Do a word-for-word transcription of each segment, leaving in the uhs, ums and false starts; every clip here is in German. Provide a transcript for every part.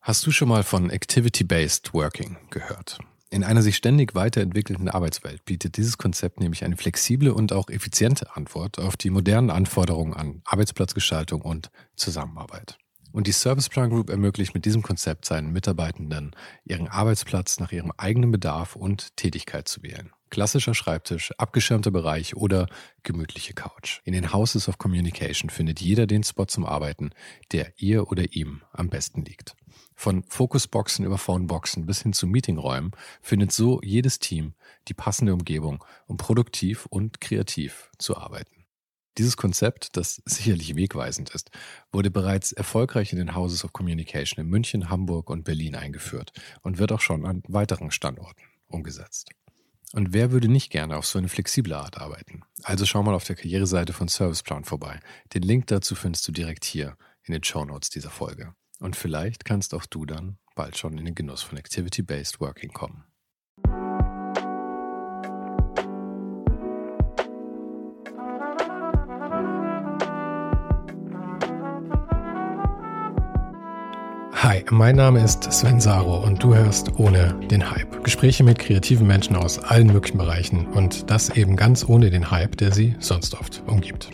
Hast du schon mal von Activity-Based Working gehört? In einer sich ständig weiterentwickelnden Arbeitswelt bietet dieses Konzept nämlich eine flexible und auch effiziente Antwort auf die modernen Anforderungen an Arbeitsplatzgestaltung und Zusammenarbeit. Und die Serviceplan Group ermöglicht mit diesem Konzept seinen Mitarbeitenden, ihren Arbeitsplatz nach ihrem eigenen Bedarf und Tätigkeit zu wählen. Klassischer Schreibtisch, abgeschirmter Bereich oder gemütliche Couch. In den Houses of Communication findet jeder den Spot zum Arbeiten, der ihr oder ihm am besten liegt. Von Fokusboxen über Phoneboxen bis hin zu Meetingräumen findet so jedes Team die passende Umgebung, um produktiv und kreativ zu arbeiten. Dieses Konzept, das sicherlich wegweisend ist, wurde bereits erfolgreich in den Houses of Communication in München, Hamburg und Berlin eingeführt und wird auch schon an weiteren Standorten umgesetzt. Und wer würde nicht gerne auf so eine flexible Art arbeiten? Also schau mal auf der Karriereseite von Serviceplan vorbei. Den Link dazu findest du direkt hier in den Shownotes dieser Folge. Und vielleicht kannst auch du dann bald schon in den Genuss von Activity-Based Working kommen. Hi, mein Name ist Sven Saro und du hörst Ohne den Hype. Gespräche mit kreativen Menschen aus allen möglichen Bereichen und das eben ganz ohne den Hype, der sie sonst oft umgibt.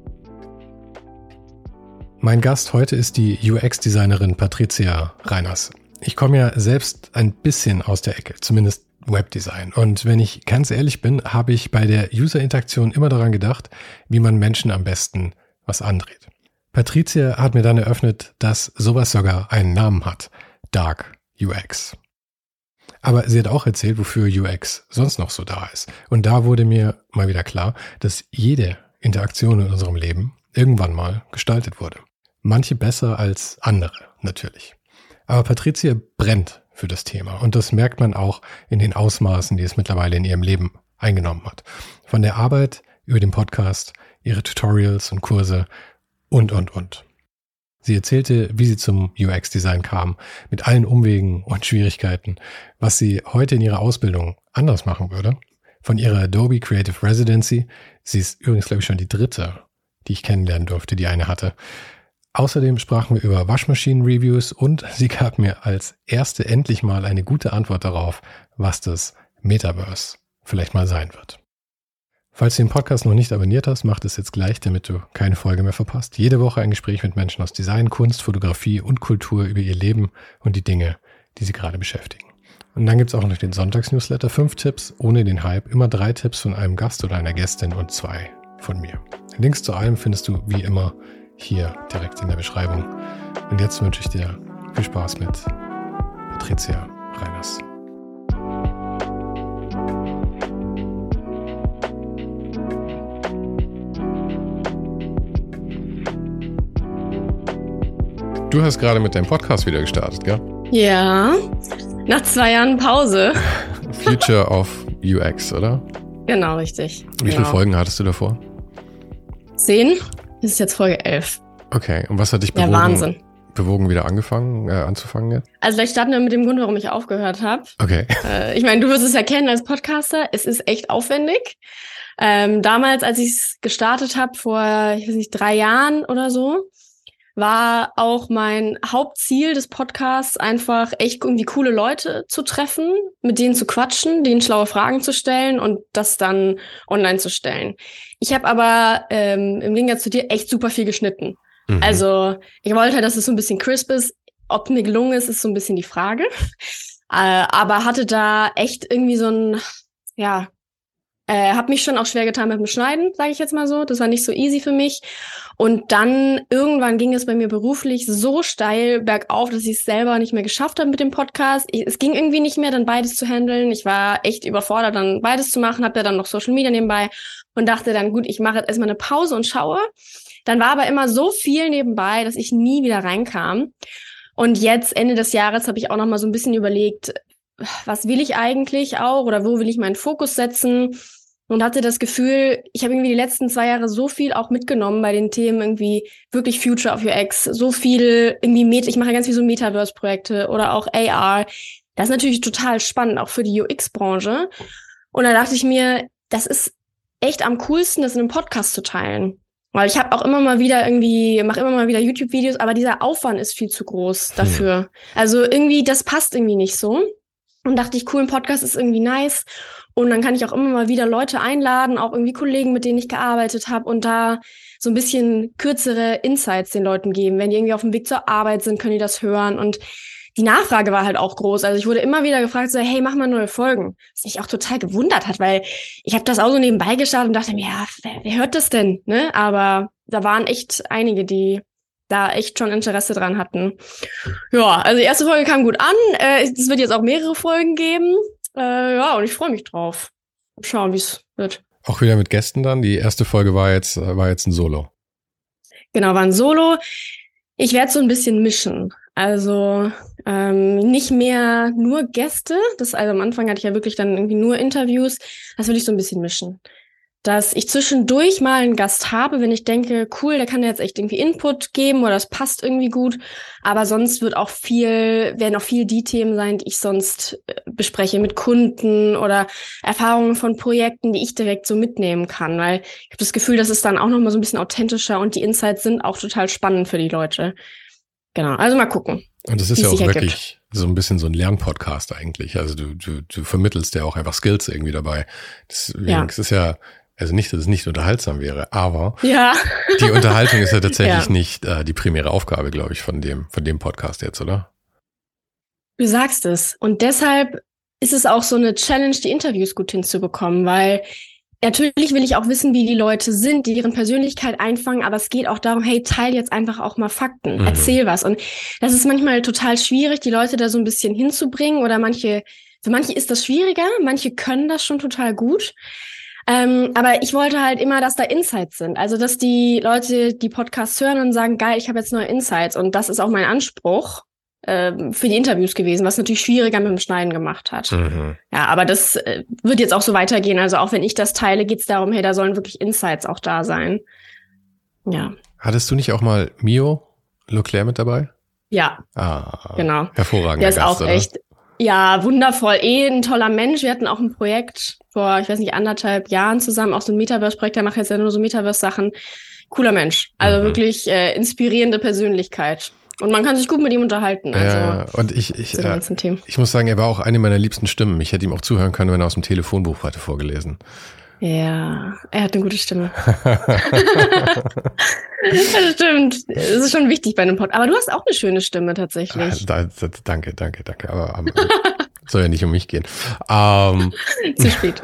Mein Gast heute ist die U X-Designerin Patricia Reiners. Ich komme ja selbst ein bisschen aus der Ecke, zumindest Webdesign. Und wenn ich ganz ehrlich bin, habe ich bei der User-Interaktion immer daran gedacht, wie man Menschen am besten was andreht. Patricia hat mir dann eröffnet, dass sowas sogar einen Namen hat. Dark U X. Aber sie hat auch erzählt, wofür U X sonst noch so da ist. Und da wurde mir mal wieder klar, dass jede Interaktion in unserem Leben irgendwann mal gestaltet wurde. Manche besser als andere, natürlich. Aber Patricia brennt für das Thema. Und das merkt man auch in den Ausmaßen, die es mittlerweile in ihrem Leben eingenommen hat. Von der Arbeit über den Podcast, ihre Tutorials und Kurse, Und, und, und. Sie erzählte, wie sie zum U X-Design kam, mit allen Umwegen und Schwierigkeiten, was sie heute in ihrer Ausbildung anders machen würde. Von ihrer Adobe Creative Residency, sie ist übrigens, glaube ich, schon die dritte, die ich kennenlernen durfte, die eine hatte. Außerdem sprachen wir über Waschmaschinen-Reviews und sie gab mir als erste endlich mal eine gute Antwort darauf, was das Metaverse vielleicht mal sein wird. Falls du den Podcast noch nicht abonniert hast, mach das jetzt gleich, damit du keine Folge mehr verpasst. Jede Woche ein Gespräch mit Menschen aus Design, Kunst, Fotografie und Kultur über ihr Leben und die Dinge, die sie gerade beschäftigen. Und dann gibt's auch noch den Sonntagsnewsletter. Fünf Tipps ohne den Hype. Immer drei Tipps von einem Gast oder einer Gästin und zwei von mir. Links zu allem findest du wie immer hier direkt in der Beschreibung. Und jetzt wünsche ich dir viel Spaß mit Patricia Reiners. Du hast gerade mit deinem Podcast wieder gestartet, gell? Ja, nach zwei Jahren Pause. Future of U X, oder? Genau, richtig. Wie genau. viele Folgen hattest du davor? Zehn. Das ist jetzt Folge elf. Okay, und was hat dich bewogen, ja, Wahnsinn. bewogen wieder angefangen, äh, anzufangen jetzt? Also vielleicht starten wir mit dem Grund, warum ich aufgehört habe. Okay. Äh, ich meine, du wirst es ja kennen als Podcaster. Es ist echt aufwendig. Ähm, damals, als ich es gestartet habe, vor, ich weiß nicht, drei Jahren oder so, war auch mein Hauptziel des Podcasts einfach echt irgendwie coole Leute zu treffen, mit denen zu quatschen, denen schlaue Fragen zu stellen und das dann online zu stellen. Ich habe aber ähm, im Gegensatz zu dir echt super viel geschnitten. Mhm. Also ich wollte halt, dass es so ein bisschen crisp ist. Ob mir gelungen ist, ist so ein bisschen die Frage. äh, aber hatte da echt irgendwie so ein, ja, Äh, hab mich schon auch schwer getan mit dem Schneiden, sage ich jetzt mal so. Das war nicht so easy für mich. Und dann irgendwann ging es bei mir beruflich so steil bergauf, dass ich es selber nicht mehr geschafft habe mit dem Podcast. Ich, es ging irgendwie nicht mehr, dann beides zu handeln. Ich war echt überfordert, dann beides zu machen. Hab ja dann noch Social Media nebenbei und dachte dann, gut, ich mache jetzt erstmal eine Pause und schaue. Dann war aber immer so viel nebenbei, dass ich nie wieder reinkam. Und jetzt, Ende des Jahres, habe ich auch noch mal so ein bisschen überlegt, was will ich eigentlich auch oder wo will ich meinen Fokus setzen? Und hatte das Gefühl, ich habe irgendwie die letzten zwei Jahre so viel auch mitgenommen bei den Themen irgendwie wirklich Future of U X, so viel irgendwie, Met- ich mache ganz viel so Metaverse-Projekte oder auch A R. Das ist natürlich total spannend, auch für die U X-Branche. Und da dachte ich mir, das ist echt am coolsten, das in einem Podcast zu teilen. Weil ich habe auch immer mal wieder irgendwie, mache immer mal wieder YouTube-Videos, aber dieser Aufwand ist viel zu groß dafür. Hm. Also irgendwie, das passt irgendwie nicht so. Und dachte ich, cool, ein Podcast ist irgendwie nice. Und dann kann ich auch immer mal wieder Leute einladen, auch irgendwie Kollegen, mit denen ich gearbeitet habe und da so ein bisschen kürzere Insights den Leuten geben. Wenn die irgendwie auf dem Weg zur Arbeit sind, können die das hören. Und die Nachfrage war halt auch groß. Also ich wurde immer wieder gefragt, so, hey, mach mal neue Folgen. Was mich auch total gewundert hat, weil ich habe das auch so nebenbei gestartet und dachte mir, ja, wer, wer hört das denn? Ne? Aber da waren echt einige, die da echt schon Interesse dran hatten. Ja, also die erste Folge kam gut an. Äh, es wird jetzt auch mehrere Folgen geben. Äh, ja, und ich freue mich drauf. Schauen, wie es wird. Auch wieder mit Gästen dann? Die erste Folge war jetzt, war jetzt ein Solo. Genau, war ein Solo. Ich werde so ein bisschen mischen. Also ähm, nicht mehr nur Gäste. Das, also am Anfang hatte ich ja wirklich dann irgendwie nur Interviews. Das will ich so ein bisschen mischen. Dass ich zwischendurch mal einen Gast habe, wenn ich denke, cool, der kann jetzt echt irgendwie Input geben oder das passt irgendwie gut. Aber sonst wird auch viel, werden auch viel die Themen sein, die ich sonst bespreche mit Kunden oder Erfahrungen von Projekten, die ich direkt so mitnehmen kann. Weil ich habe das Gefühl, das ist dann auch nochmal so ein bisschen authentischer und die Insights sind auch total spannend für die Leute. Genau, also mal gucken. Und das ist ja auch wirklich so ein bisschen so ein Lernpodcast eigentlich. Also du, du, du vermittelst ja auch einfach Skills irgendwie dabei. Deswegen ja. Es ist ja, also nicht, dass es nicht unterhaltsam wäre, aber ja. die Unterhaltung ist ja tatsächlich ja. nicht äh, die primäre Aufgabe, glaube ich, von dem, von dem Podcast jetzt, oder? Du sagst es. Und deshalb ist es auch so eine Challenge, die Interviews gut hinzubekommen, weil natürlich will ich auch wissen, wie die Leute sind, die ihren Persönlichkeit einfangen, aber es geht auch darum, hey, teil jetzt einfach auch mal Fakten, mhm. erzähl was. Und das ist manchmal total schwierig, die Leute da so ein bisschen hinzubringen oder manche, für manche ist das schwieriger, manche können das schon total gut. Ähm, aber ich wollte halt immer, dass da Insights sind. Also, dass die Leute die Podcasts hören und sagen, geil, ich habe jetzt neue Insights. Und das ist auch mein Anspruch äh, für die Interviews gewesen, was natürlich schwieriger mit dem Schneiden gemacht hat. Mhm. Ja, aber das äh, wird jetzt auch so weitergehen. Also auch wenn ich das teile, geht's darum, hey, da sollen wirklich Insights auch da sein. Ja. Hattest du nicht auch mal Mio Leclerc mit dabei? Ja. Ah, genau. Hervorragend. Der ist Gast, auch oder? Echt, ja, wundervoll. Eh ein toller Mensch. Wir hatten auch ein Projekt vor, ich weiß nicht, anderthalb Jahren zusammen, auch so ein Metaverse-Projekt, der macht jetzt ja nur so Metaverse-Sachen. Cooler Mensch. Also mhm. wirklich äh, inspirierende Persönlichkeit. Und man kann sich gut mit ihm unterhalten. Also, ja, und ich, ich, äh, ich muss sagen, er war auch eine meiner liebsten Stimmen. Ich hätte ihm auch zuhören können, wenn er aus dem Telefonbuch hatte vorgelesen. Ja, er hat eine gute Stimme. Das stimmt. Das ist schon wichtig bei einem Podcast. Aber du hast auch eine schöne Stimme tatsächlich. Da, da, danke, danke, danke. Aber um, soll ja nicht um mich gehen. Um, Zu spät.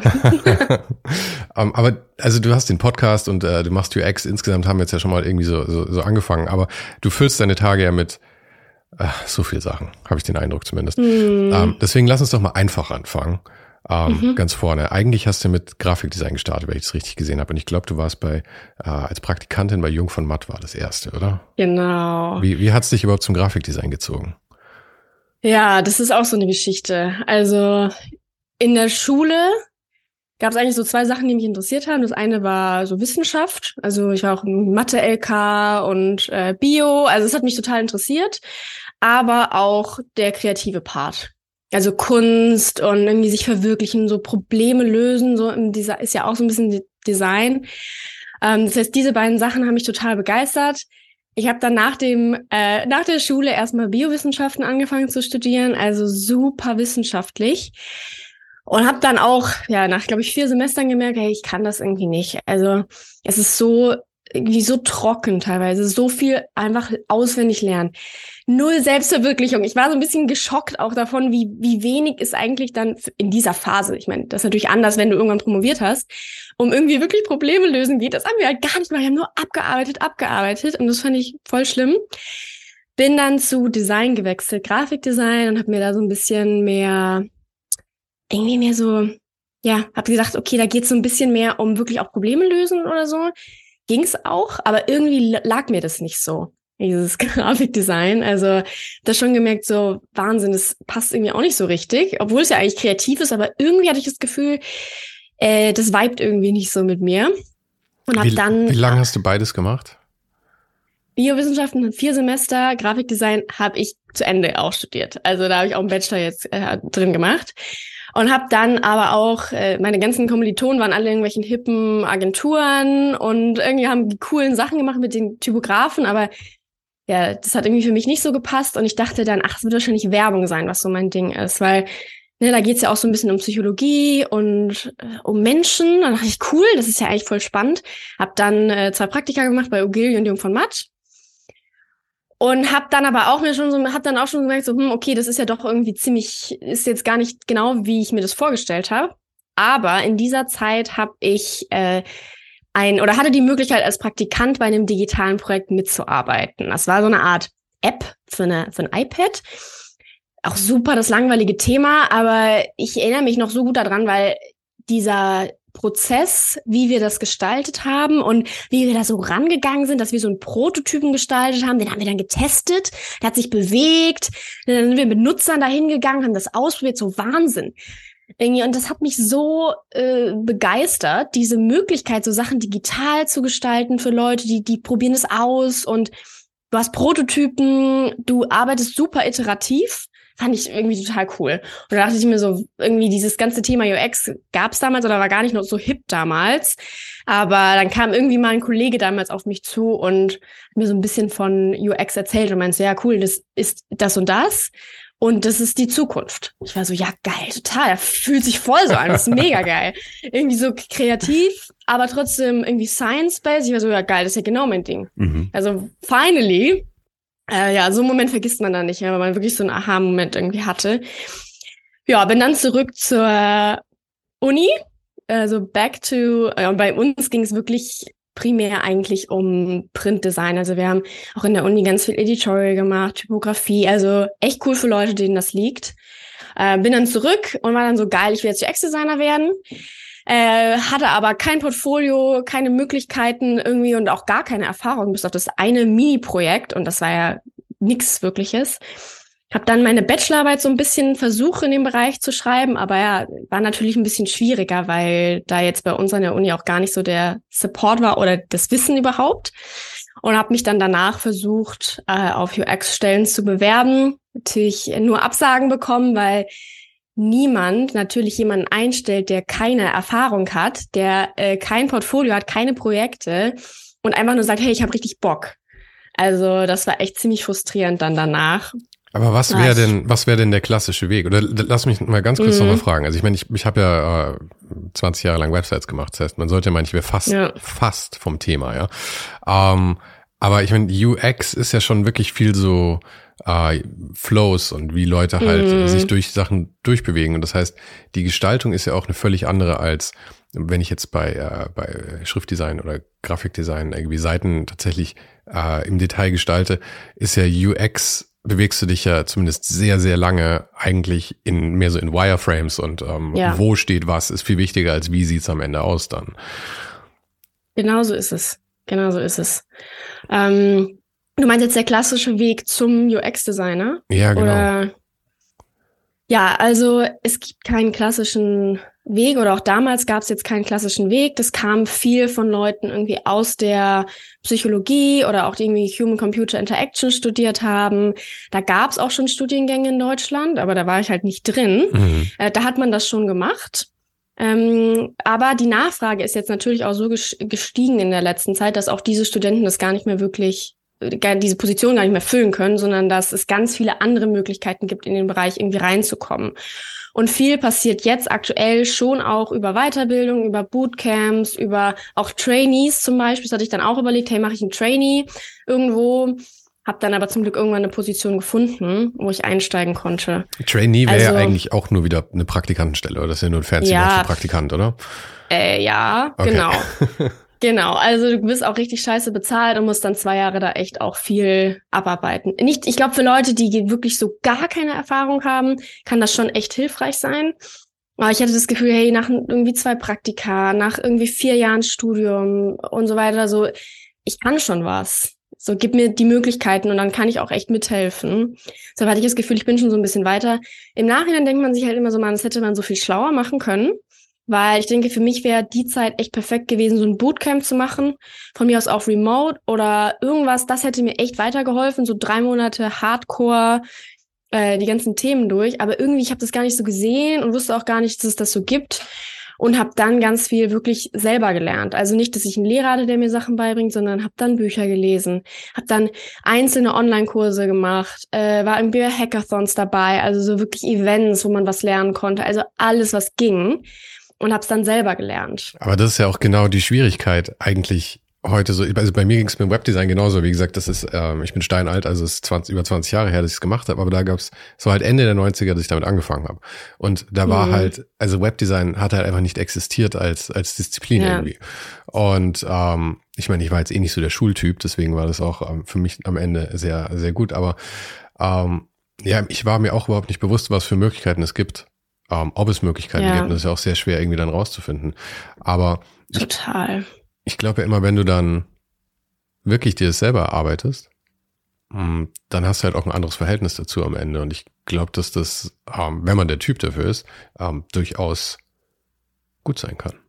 um, aber also du hast den Podcast und äh, du machst U X. Insgesamt haben wir jetzt ja schon mal irgendwie so, so, so angefangen. Aber du füllst deine Tage ja mit äh, so viel Sachen, habe ich den Eindruck zumindest. Mm. Um, deswegen lass uns doch mal einfach anfangen. Ähm, mhm. Ganz vorne. Eigentlich hast du mit Grafikdesign gestartet, wenn ich das richtig gesehen habe. Und ich glaube, du warst bei äh, als Praktikantin bei Jung von Matt war das erste, oder? Genau. Wie, wie hat es dich überhaupt zum Grafikdesign gezogen? Ja, das ist auch so eine Geschichte. Also in der Schule gab es eigentlich so zwei Sachen, die mich interessiert haben. Das eine war so Wissenschaft. Also ich war auch im Mathe-L K und äh, Bio. Also es hat mich total interessiert. Aber auch der kreative Part. Also Kunst und irgendwie sich verwirklichen, so Probleme lösen, so im Design ist ja auch so ein bisschen Design. Ähm, das heißt, diese beiden Sachen haben mich total begeistert. Ich habe dann nach dem äh, nach der Schule erstmal Biowissenschaften angefangen zu studieren, also super wissenschaftlich. Und habe dann auch, ja, nach, glaube ich, vier Semestern gemerkt, hey, ich kann das irgendwie nicht. Also es ist so irgendwie so trocken teilweise, so viel einfach auswendig lernen. Null Selbstverwirklichung. Ich war so ein bisschen geschockt auch davon, wie wie wenig ist eigentlich dann in dieser Phase. Ich meine, das ist natürlich anders, wenn du irgendwann promoviert hast, um irgendwie wirklich Probleme lösen geht. Das haben wir halt gar nicht mal. Wir haben nur abgearbeitet, abgearbeitet und das fand ich voll schlimm. Bin dann zu Design gewechselt, Grafikdesign und habe mir da so ein bisschen mehr, irgendwie mehr so, ja, habe gesagt, okay, da geht es so ein bisschen mehr um wirklich auch Probleme lösen oder so. Ging's auch, aber irgendwie lag mir das nicht so, dieses Grafikdesign. Also das schon gemerkt, so Wahnsinn, das passt irgendwie auch nicht so richtig, obwohl es ja eigentlich kreativ ist, aber irgendwie hatte ich das Gefühl, äh, das vibet irgendwie nicht so mit mir. Und hab wie, dann. Wie lange hast du beides gemacht? Biowissenschaften, vier Semester, Grafikdesign habe ich zu Ende auch studiert. Also da habe ich auch einen Bachelor jetzt äh, drin gemacht. Und habe dann aber auch, äh, meine ganzen Kommilitonen waren alle in irgendwelchen hippen Agenturen und irgendwie haben die coolen Sachen gemacht mit den Typografen, aber ja, das hat irgendwie für mich nicht so gepasst und ich dachte dann, ach, es wird wahrscheinlich Werbung sein, was so mein Ding ist, weil ne, da geht's ja auch so ein bisschen um Psychologie und äh, um Menschen. Dann dachte ich, cool, das ist ja eigentlich voll spannend. Hab dann äh, zwei Praktika gemacht bei Ogilvy und Jung von Matt. Und hab dann aber auch mir schon so, hab dann auch schon gemerkt, so, hm, okay, das ist ja doch irgendwie ziemlich, ist jetzt gar nicht genau, wie ich mir das vorgestellt habe. Aber in dieser Zeit habe ich äh, ein oder hatte die Möglichkeit, als Praktikant bei einem digitalen Projekt mitzuarbeiten. Das war so eine Art App für eine für ein iPad. Auch super das langweilige Thema, aber ich erinnere mich noch so gut daran, weil dieser Prozess, wie wir das gestaltet haben und wie wir da so rangegangen sind, dass wir so einen Prototypen gestaltet haben, den haben wir dann getestet, der hat sich bewegt, dann sind wir mit Nutzern dahin gegangen, haben das ausprobiert, so Wahnsinn. Irgendwie, und das hat mich so äh, begeistert, diese Möglichkeit, so Sachen digital zu gestalten für Leute, die die probieren es aus und du hast Prototypen, du arbeitest super iterativ. Fand ich irgendwie total cool. Und da dachte ich mir so, irgendwie dieses ganze Thema U X gab es damals oder war gar nicht noch so hip damals. Aber dann kam irgendwie mal ein Kollege damals auf mich zu und hat mir so ein bisschen von U X erzählt und meinte, ja cool, das ist das und das. Und das ist die Zukunft. Ich war so, ja geil, total. Fühlt sich voll so an, das ist mega geil. Irgendwie so kreativ, aber trotzdem irgendwie Science-based. Ich war so, ja geil, das ist ja genau mein Ding. Mhm. Also finally... Äh, ja, so einen Moment vergisst man dann nicht, ja, weil man wirklich so einen Aha-Moment irgendwie hatte. Ja, bin dann zurück zur Uni, also back to, ja, und bei uns ging es wirklich primär eigentlich um Printdesign. Also wir haben auch in der Uni ganz viel Editorial gemacht, Typografie, also echt cool für Leute, denen das liegt. Äh, bin dann zurück und war dann so geil, ich will jetzt U X-Designer werden. Äh, hatte aber kein Portfolio, keine Möglichkeiten irgendwie und auch gar keine Erfahrung, bis auf das eine Mini-Projekt und das war ja nichts Wirkliches. Habe dann meine Bachelorarbeit so ein bisschen versucht in dem Bereich zu schreiben, aber ja, war natürlich ein bisschen schwieriger, weil da jetzt bei uns an der Uni auch gar nicht so der Support war oder das Wissen überhaupt. Und habe mich dann danach versucht, äh, auf U X-Stellen zu bewerben. Natürlich nur Absagen bekommen, weil niemand natürlich jemanden einstellt, der keine Erfahrung hat, der äh, kein Portfolio hat, keine Projekte und einfach nur sagt, hey, ich habe richtig Bock. Also das war echt ziemlich frustrierend dann danach. Aber was wäre denn, was wäre denn der klassische Weg? Oder lass mich mal ganz kurz mhm. nochmal fragen. Also ich meine, ich, ich habe ja äh, zwanzig Jahre lang Websites gemacht. Das heißt, man sollte ja meinen, ich wäre fast, ja. fast vom Thema, ja. Ähm, aber ich meine, U X ist ja schon wirklich viel so äh, Flows und wie Leute halt mhm. sich durch Sachen durchbewegen. Und das heißt, die Gestaltung ist ja auch eine völlig andere als wenn ich jetzt bei äh, bei Schriftdesign oder Grafikdesign irgendwie Seiten tatsächlich äh, im Detail gestalte, ist ja U X, bewegst du dich ja zumindest sehr, sehr lange eigentlich in mehr so in Wireframes und ähm, ja. wo steht was, ist viel wichtiger als wie sieht's am Ende aus dann. Genau so ist es. Genau so ist es. Ähm, du meinst jetzt der klassische Weg zum U X-Designer? Ja, genau. Oder? Ja, also es gibt keinen klassischen Weg oder auch damals gab es jetzt keinen klassischen Weg. Das kam viel von Leuten irgendwie aus der Psychologie oder auch die irgendwie Human-Computer Interaction studiert haben. Da gab es auch schon Studiengänge in Deutschland, aber da war ich halt nicht drin. Mhm. Äh, da hat man das schon gemacht. Ähm, aber die Nachfrage ist jetzt natürlich auch so gestiegen in der letzten Zeit, dass auch diese Studenten das gar nicht mehr wirklich, diese Position gar nicht mehr füllen können, sondern dass es ganz viele andere Möglichkeiten gibt, in den Bereich irgendwie reinzukommen. Und viel passiert jetzt aktuell schon auch über Weiterbildung, über Bootcamps, über auch Trainees zum Beispiel. Das hatte ich dann auch überlegt, hey, mache ich ein Trainee irgendwo? Hab dann aber zum Glück irgendwann eine Position gefunden, wo ich einsteigen konnte. Trainee wäre also, ja eigentlich auch nur wieder eine Praktikantenstelle, oder? Das ist ja nur ein fancy Wort für Praktikant, oder? Äh, ja, okay. genau. Genau, also du bist auch richtig scheiße bezahlt und musst dann zwei Jahre da echt auch viel abarbeiten. Nicht, ich glaube, für Leute, die wirklich so gar keine Erfahrung haben, kann das schon echt hilfreich sein. Aber ich hatte das Gefühl, hey, nach irgendwie zwei Praktika, nach irgendwie vier Jahren Studium und so weiter, so, ich kann schon was. So, gib mir die Möglichkeiten und dann kann ich auch echt mithelfen. So hatte ich das Gefühl, ich bin schon so ein bisschen weiter. Im Nachhinein denkt man sich halt immer so, man, das hätte man so viel schlauer machen können. Weil ich denke, für mich wäre die Zeit echt perfekt gewesen, so ein Bootcamp zu machen. Von mir aus auch remote oder irgendwas. Das hätte mir echt weitergeholfen. So drei Monate Hardcore äh, die ganzen Themen durch, aber irgendwie, ich habe das gar nicht so gesehen und wusste auch gar nicht, dass es das so gibt und habe dann ganz viel wirklich selber gelernt. Also nicht, dass ich einen Lehrer hatte, der mir Sachen beibringt, sondern habe dann Bücher gelesen, habe dann einzelne Online-Kurse gemacht, äh, war irgendwie bei Hackathons dabei, also so wirklich Events, wo man was lernen konnte, also alles, was ging und habe es dann selber gelernt. Aber das ist ja auch genau die Schwierigkeit eigentlich heute so, also bei mir ging es mit dem Webdesign genauso, wie gesagt, das ist, ähm, ich bin steinalt, also es ist zwanzig, über zwanzig Jahre her, dass ich es gemacht habe, aber da gab's, es war halt Ende der neunziger, dass ich damit angefangen habe. Und da war mhm. halt, also Webdesign hat halt einfach nicht existiert als als Disziplin ja. irgendwie. Und ähm, ich meine, ich war jetzt eh nicht so der Schultyp, deswegen war das auch ähm, für mich am Ende sehr, sehr gut, aber ähm, ja, ich war mir auch überhaupt nicht bewusst, was für Möglichkeiten es gibt, ähm, ob es Möglichkeiten ja. gibt, und das ist ja auch sehr schwer irgendwie dann rauszufinden. Aber total. Ich, Ich glaube ja immer, wenn du dann wirklich dir das selber erarbeitest, dann hast du halt auch ein anderes Verhältnis dazu am Ende. Und ich glaube, dass das, wenn man der Typ dafür ist, durchaus gut sein kann.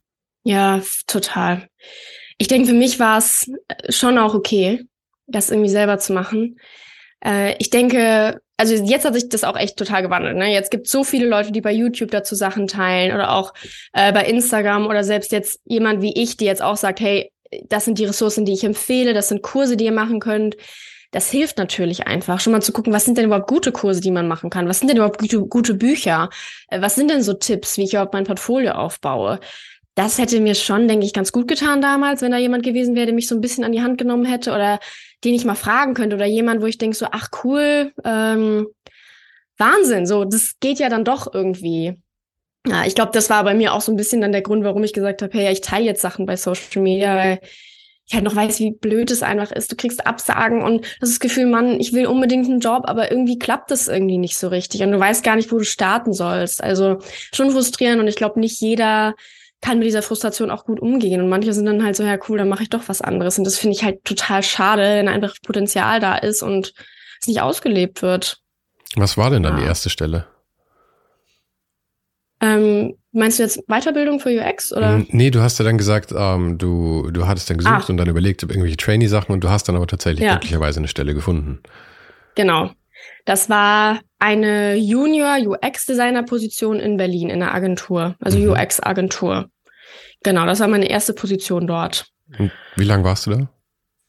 Ja, total. Ich denke, für mich war es schon auch okay, das irgendwie selber zu machen. Ich denke, also jetzt hat sich das auch echt total gewandelt. Ne? Jetzt gibt es so viele Leute, die bei YouTube dazu Sachen teilen oder auch äh, bei Instagram oder selbst jetzt jemand wie ich, die jetzt auch sagt, hey, das sind die Ressourcen, die ich empfehle, das sind Kurse, die ihr machen könnt. Das hilft natürlich einfach, schon mal zu gucken, was sind denn überhaupt gute Kurse, die man machen kann? Was sind denn überhaupt gute, gute Bücher? Äh, was sind denn so Tipps, wie ich überhaupt mein Portfolio aufbaue? Das hätte mir schon, denke ich, ganz gut getan damals, wenn da jemand gewesen wäre, der mich so ein bisschen an die Hand genommen hätte oder den ich mal fragen könnte oder jemand, wo ich denke so, ach cool, ähm, Wahnsinn, so, das geht ja dann doch irgendwie. Ja, ich glaube, das war bei mir auch so ein bisschen dann der Grund, warum ich gesagt habe, hey, ja, ich teile jetzt Sachen bei Social Media, weil ich halt noch weiß, wie blöd es einfach ist. Du kriegst Absagen und das ist das Gefühl, Mann, ich will unbedingt einen Job, aber irgendwie klappt das irgendwie nicht so richtig und du weißt gar nicht, wo du starten sollst. Also schon frustrierend und ich glaube, nicht jeder kann mit dieser Frustration auch gut umgehen. Und manche sind dann halt so, ja cool, dann mache ich doch was anderes. Und das finde ich halt total schade, wenn einfach Potenzial da ist und es nicht ausgelebt wird. Was war denn dann ja. die erste Stelle? Ähm, meinst du jetzt Weiterbildung für U X? Oder? Nee, du hast ja dann gesagt, ähm, du, du hattest dann gesucht ah. und dann überlegt, ob irgendwelche Trainee-Sachen und du hast dann aber tatsächlich ja. glücklicherweise eine Stelle gefunden. Genau. Das war eine Junior-U X-Designer-Position in Berlin in einer Agentur, also mhm. U X-Agentur. Genau, das war meine erste Position dort. Und wie lange warst du da?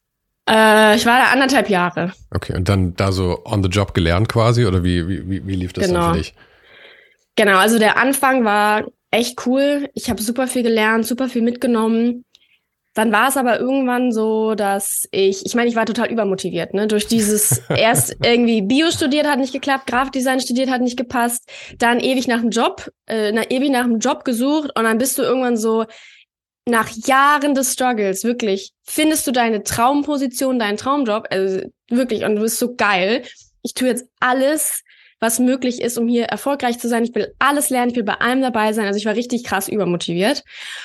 Äh, ich war da anderthalb Jahre. Okay, und dann da so on the job gelernt quasi, oder wie, wie, wie lief das genau. dann für dich? Genau, also der Anfang war echt cool. Ich habe super viel gelernt, super viel mitgenommen. Dann war es aber irgendwann so, dass ich, ich meine, ich war total übermotiviert, ne? Durch dieses erst irgendwie Bio studiert hat nicht geklappt, Grafikdesign studiert hat nicht gepasst, dann ewig nach einem Job, äh, na, ewig nach einem Job gesucht und dann bist du irgendwann so, nach Jahren des Struggles, wirklich, findest du deine Traumposition, deinen Traumjob, also wirklich, und du bist so geil. Ich tue jetzt alles, was möglich ist, um hier erfolgreich zu sein. Ich will alles lernen, ich will bei allem dabei sein. Also ich war richtig krass übermotiviert.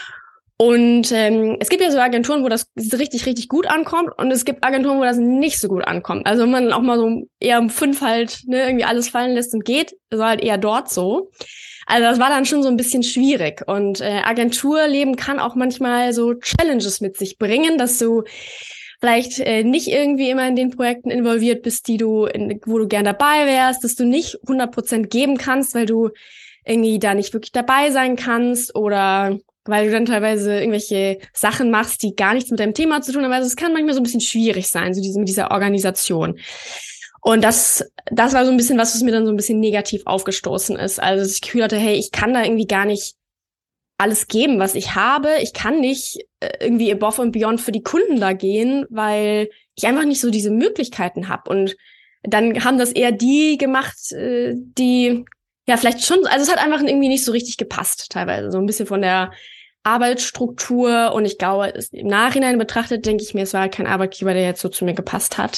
Und ähm, es gibt ja so Agenturen, wo das richtig, richtig gut ankommt und es gibt Agenturen, wo das nicht so gut ankommt. Also wenn man auch mal so eher um fünf halt ne, irgendwie alles fallen lässt und geht, ist halt eher dort so. Also das war dann schon so ein bisschen schwierig. Und äh, Agenturleben kann auch manchmal so Challenges mit sich bringen, dass du vielleicht äh, nicht irgendwie immer in den Projekten involviert bist, die du, in, wo du gern dabei wärst, dass du nicht hundert Prozent geben kannst, weil du irgendwie da nicht wirklich dabei sein kannst oder weil du dann teilweise irgendwelche Sachen machst, die gar nichts mit deinem Thema zu tun haben. Also es kann manchmal so ein bisschen schwierig sein, so diese, mit dieser Organisation. Und das, das war so ein bisschen was, was mir dann so ein bisschen negativ aufgestoßen ist. Also dass ich das Gefühl hatte, hey, ich kann da irgendwie gar nicht alles geben, was ich habe. Ich kann nicht äh, irgendwie above and beyond für die Kunden da gehen, weil ich einfach nicht so diese Möglichkeiten habe. Und dann haben das eher die gemacht, äh, die ja vielleicht schon, also es hat einfach irgendwie nicht so richtig gepasst teilweise. So ein bisschen von der Arbeitsstruktur und ich glaube, es, im Nachhinein betrachtet, denke ich mir, es war kein Arbeitgeber, der jetzt so zu mir gepasst hat.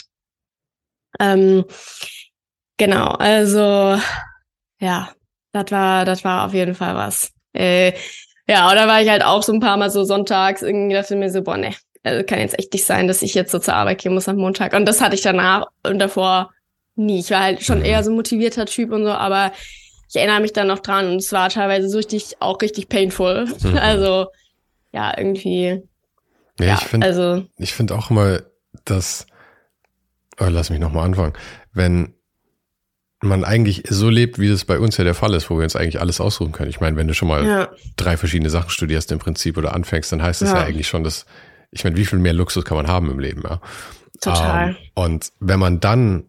Ähm, genau, also ja, das war, das war auf jeden Fall was. Äh, ja, und da war ich halt auch so ein paar Mal so sonntags irgendwie dachte mir so, boah, ne, also kann jetzt echt nicht sein, dass ich jetzt so zur Arbeit gehen muss am Montag. Und das hatte ich danach und davor nie. Ich war halt schon eher so ein motivierter Typ und so, aber ich erinnere mich dann noch dran und es war teilweise so richtig, auch richtig painful. Mhm. Also, ja, irgendwie. Ja, ja ich finde also, ich finde auch mal, dass, oh, lass mich nochmal anfangen, wenn man eigentlich so lebt, wie das bei uns ja der Fall ist, wo wir uns eigentlich alles aussuchen können. Ich meine, wenn du schon mal ja. drei verschiedene Sachen studierst im Prinzip oder anfängst, dann heißt das ja, ja eigentlich schon, dass, ich meine, wie viel mehr Luxus kann man haben im Leben, ja? Total. Ähm, und wenn man dann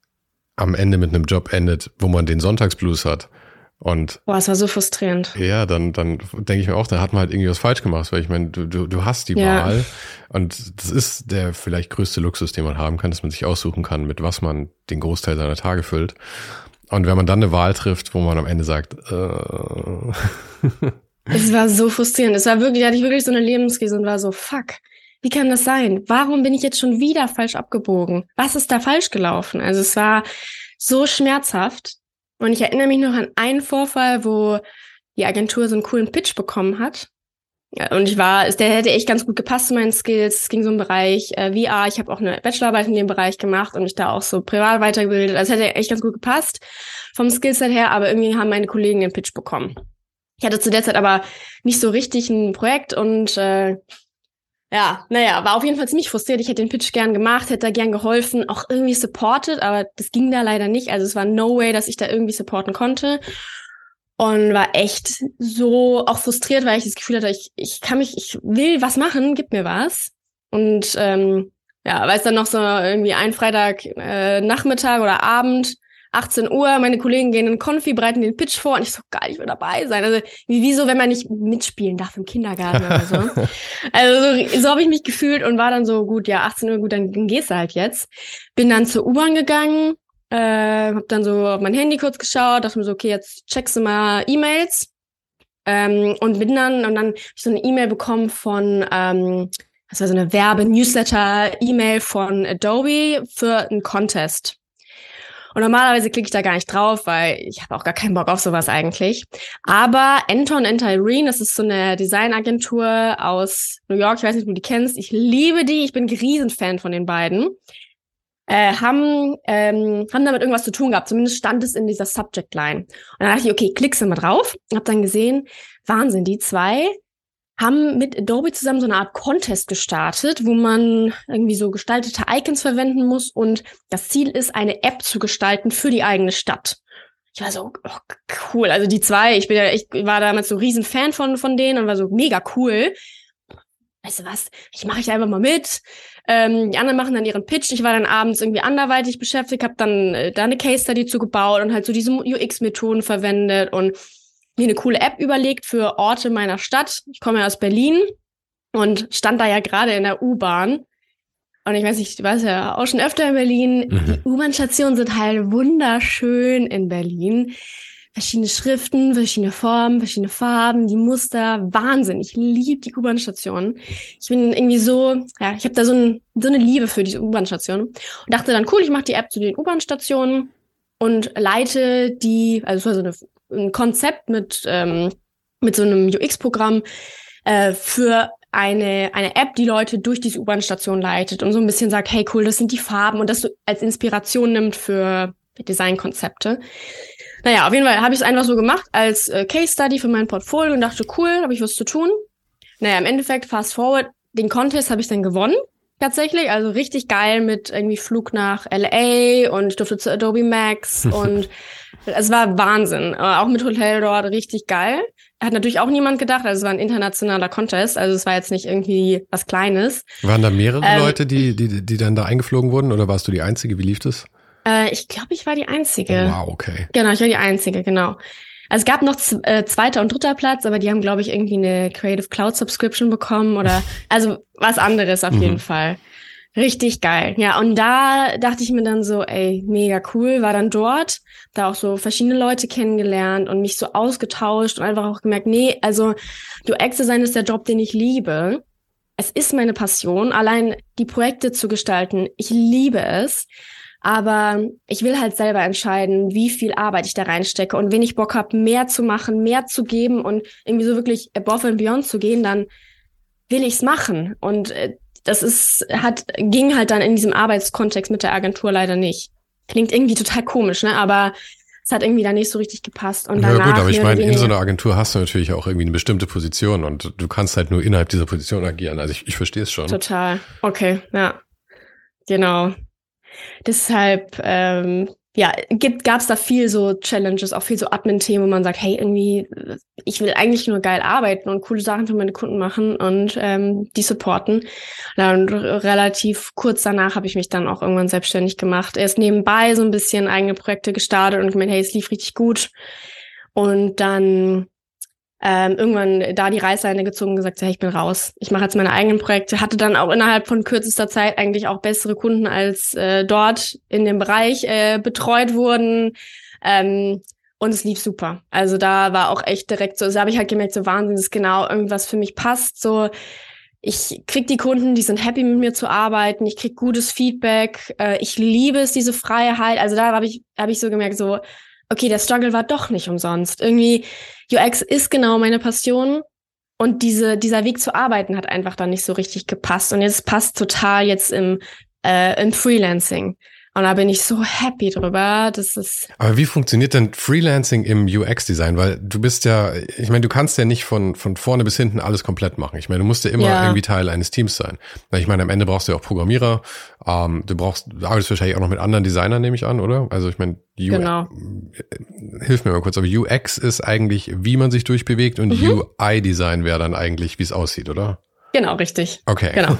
am Ende mit einem Job endet, wo man den Sonntagsblues hat und boah, es war so frustrierend. Ja, dann dann denke ich mir auch, da hat man halt irgendwie was falsch gemacht, weil ich meine, du du du hast die ja. Wahl und das ist der vielleicht größte Luxus, den man haben kann, dass man sich aussuchen kann, mit was man den Großteil seiner Tage füllt. Und wenn man dann eine Wahl trifft, wo man am Ende sagt, äh es war so frustrierend. Es war wirklich, da hatte ich wirklich so eine Lebenskrise und war so, fuck, wie kann das sein? Warum bin ich jetzt schon wieder falsch abgebogen? Was ist da falsch gelaufen? Also es war so schmerzhaft. Und ich erinnere mich noch an einen Vorfall, wo die Agentur so einen coolen Pitch bekommen hat. Ja, und ich war, der hätte echt ganz gut gepasst zu meinen Skills. Es ging so im Bereich äh, V R. Ich habe auch eine Bachelorarbeit in dem Bereich gemacht und mich da auch so privat weitergebildet. Also hätte echt ganz gut gepasst vom Skillset her, aber irgendwie haben meine Kollegen den Pitch bekommen. Ich hatte zu der Zeit aber nicht so richtig ein Projekt und äh, ja, naja, war auf jeden Fall ziemlich frustriert. Ich hätte den Pitch gern gemacht, hätte da gern geholfen, auch irgendwie supported, aber das ging da leider nicht. Also es war no way, dass ich da irgendwie supporten konnte. Und war echt so auch frustriert, weil ich das Gefühl hatte, ich, ich kann mich, ich will was machen, gib mir was. Und ähm, ja, weiß dann noch so irgendwie ein Freitag äh, Nachmittag oder Abend, achtzehn Uhr, meine Kollegen gehen in Konfi, bereiten den Pitch vor und ich so, geil, ich will dabei sein. Also wie, wie so, wenn man nicht mitspielen darf im Kindergarten oder so. Also so, so habe ich mich gefühlt und war dann so, gut, ja, achtzehn Uhr, gut, dann, dann gehst du halt jetzt. Bin dann zur U-Bahn gegangen, äh, hab dann so auf mein Handy kurz geschaut, dachte mir so, okay, jetzt checkst du mal E-Mails. Ähm, und bin dann, und dann hab ich so eine E-Mail bekommen von, ähm, das war so eine Werbe-Newsletter-E-Mail von Adobe für einen Contest. Und normalerweise klicke ich da gar nicht drauf, weil ich habe auch gar keinen Bock auf sowas eigentlich. Aber Anton and Irene, das ist so eine Designagentur aus New York, ich weiß nicht, ob du die kennst. Ich liebe die, ich bin ein Riesenfan von den beiden. Äh, haben ähm, haben damit irgendwas zu tun gehabt, zumindest stand es in dieser Subject Line. Und dann dachte ich, okay, klickst du mal drauf. Und hab dann gesehen, Wahnsinn, die zwei haben mit Adobe zusammen so eine Art Contest gestartet, wo man irgendwie so gestaltete Icons verwenden muss und das Ziel ist, eine App zu gestalten für die eigene Stadt. Ich war so, oh, cool, also die zwei, ich bin ja, ich war damals so riesen Fan von von denen und war so mega cool. Weißt du was, ich mache ich einfach mal mit. Ähm, die anderen machen dann ihren Pitch. Ich war dann abends irgendwie anderweitig beschäftigt, habe dann äh, da eine Case Study zugebaut und halt so diese U X-Methoden verwendet und mir eine coole App überlegt für Orte meiner Stadt. Ich komme ja aus Berlin und stand da ja gerade in der U-Bahn. Und ich weiß nicht, du warst ja auch schon öfter in Berlin. Mhm. Die U-Bahn-Stationen sind halt wunderschön in Berlin. Verschiedene Schriften, verschiedene Formen, verschiedene Farben, die Muster. Wahnsinn. Ich liebe die U-Bahn-Stationen. Ich bin irgendwie so, ja, ich habe da so, ein, so eine Liebe für diese U-Bahn-Stationen. Und dachte dann, cool, ich mache die App zu den U-Bahn-Stationen und leite die, also es war so eine ein Konzept mit ähm, mit so einem U X-Programm äh, für eine eine App, die Leute durch diese U-Bahn-Station leitet und so ein bisschen sagt, hey cool, das sind die Farben und das so als Inspiration nimmt für Designkonzepte. Naja, auf jeden Fall habe ich es einfach so gemacht als äh, Case Study für mein Portfolio und dachte, cool, habe ich was zu tun. Naja, im Endeffekt, fast forward, den Contest habe ich dann gewonnen. Tatsächlich, also richtig geil mit irgendwie Flug nach L A und ich durfte zu Adobe Max und es war Wahnsinn. Auch mit Hotel dort richtig geil. Hat natürlich auch niemand gedacht, also es war ein internationaler Contest, also es war jetzt nicht irgendwie was Kleines. Waren da mehrere ähm, Leute, die, die, die dann da eingeflogen wurden oder warst du die Einzige? Wie lief das? Äh, ich glaube, ich war die Einzige. Oh, wow, okay. Genau, ich war die Einzige, genau. Also es gab noch z- äh, zweiter und dritter Platz, aber die haben, glaube ich, irgendwie eine Creative Cloud Subscription bekommen oder also was anderes auf mhm. jeden Fall. Richtig geil. Ja, und da dachte ich mir dann so, ey, mega cool, war dann dort, da auch so verschiedene Leute kennengelernt und mich so ausgetauscht und einfach auch gemerkt, nee, also U X-Design ist der Job, den ich liebe. Es ist meine Passion, allein die Projekte zu gestalten. Ich liebe es. Aber ich will halt selber entscheiden, wie viel Arbeit ich da reinstecke und wenn ich Bock habe, mehr zu machen, mehr zu geben und irgendwie so wirklich above and beyond zu gehen, dann will ich's machen. Und das ist, hat, ging halt dann in diesem Arbeitskontext mit der Agentur leider nicht. Klingt irgendwie total komisch, ne? Aber es hat irgendwie da nicht so richtig gepasst. Und danach, ja gut, aber ich meine, in so einer Agentur hast du natürlich auch irgendwie eine bestimmte Position und du kannst halt nur innerhalb dieser Position agieren. Also ich, ich verstehe es schon. Total. Okay, ja. Genau. Deshalb, ähm, ja, gibt, gab's da viel so Challenges, auch viel so Admin-Themen, wo man sagt, hey, irgendwie, ich will eigentlich nur geil arbeiten und coole Sachen für meine Kunden machen und ähm, die supporten. Und relativ kurz danach habe ich mich dann auch irgendwann selbstständig gemacht. Erst nebenbei so ein bisschen eigene Projekte gestartet und gemeint, hey, es lief richtig gut. Und dann ähm, irgendwann da die Reißleine gezogen und gesagt, hey, ich bin raus. Ich mache jetzt meine eigenen Projekte. Hatte dann auch innerhalb von kürzester Zeit eigentlich auch bessere Kunden, als äh, dort in dem Bereich äh, betreut wurden. Ähm, und es lief super. Also da war auch echt direkt so, also habe ich halt gemerkt, so Wahnsinn, dass genau irgendwas für mich passt. So, ich krieg die Kunden, die sind happy mit mir zu arbeiten. Ich krieg gutes Feedback. Äh, ich liebe es, diese Freiheit. Also da habe ich, habe ich so gemerkt, so, okay, der Struggle war doch nicht umsonst. Irgendwie, U X ist genau meine Passion und diese dieser Weg zu arbeiten hat einfach dann nicht so richtig gepasst. Und jetzt passt total jetzt im, äh, im Freelancing. Und da bin ich so happy drüber. Das ist. Aber wie funktioniert denn Freelancing im U X-Design? Weil du bist ja, ich meine, du kannst ja nicht von von vorne bis hinten alles komplett machen. Ich meine, du musst ja immer ja. irgendwie Teil eines Teams sein. Ich meine, am Ende brauchst du ja auch Programmierer. Ähm, du brauchst, du arbeitest wahrscheinlich auch noch mit anderen Designern, nehme ich an, oder? Also ich meine, U- genau. Hilf mir mal kurz, aber U X ist eigentlich, wie man sich durchbewegt und mhm. U I-Design wäre dann eigentlich, wie es aussieht, oder? Genau, richtig. Okay. Genau.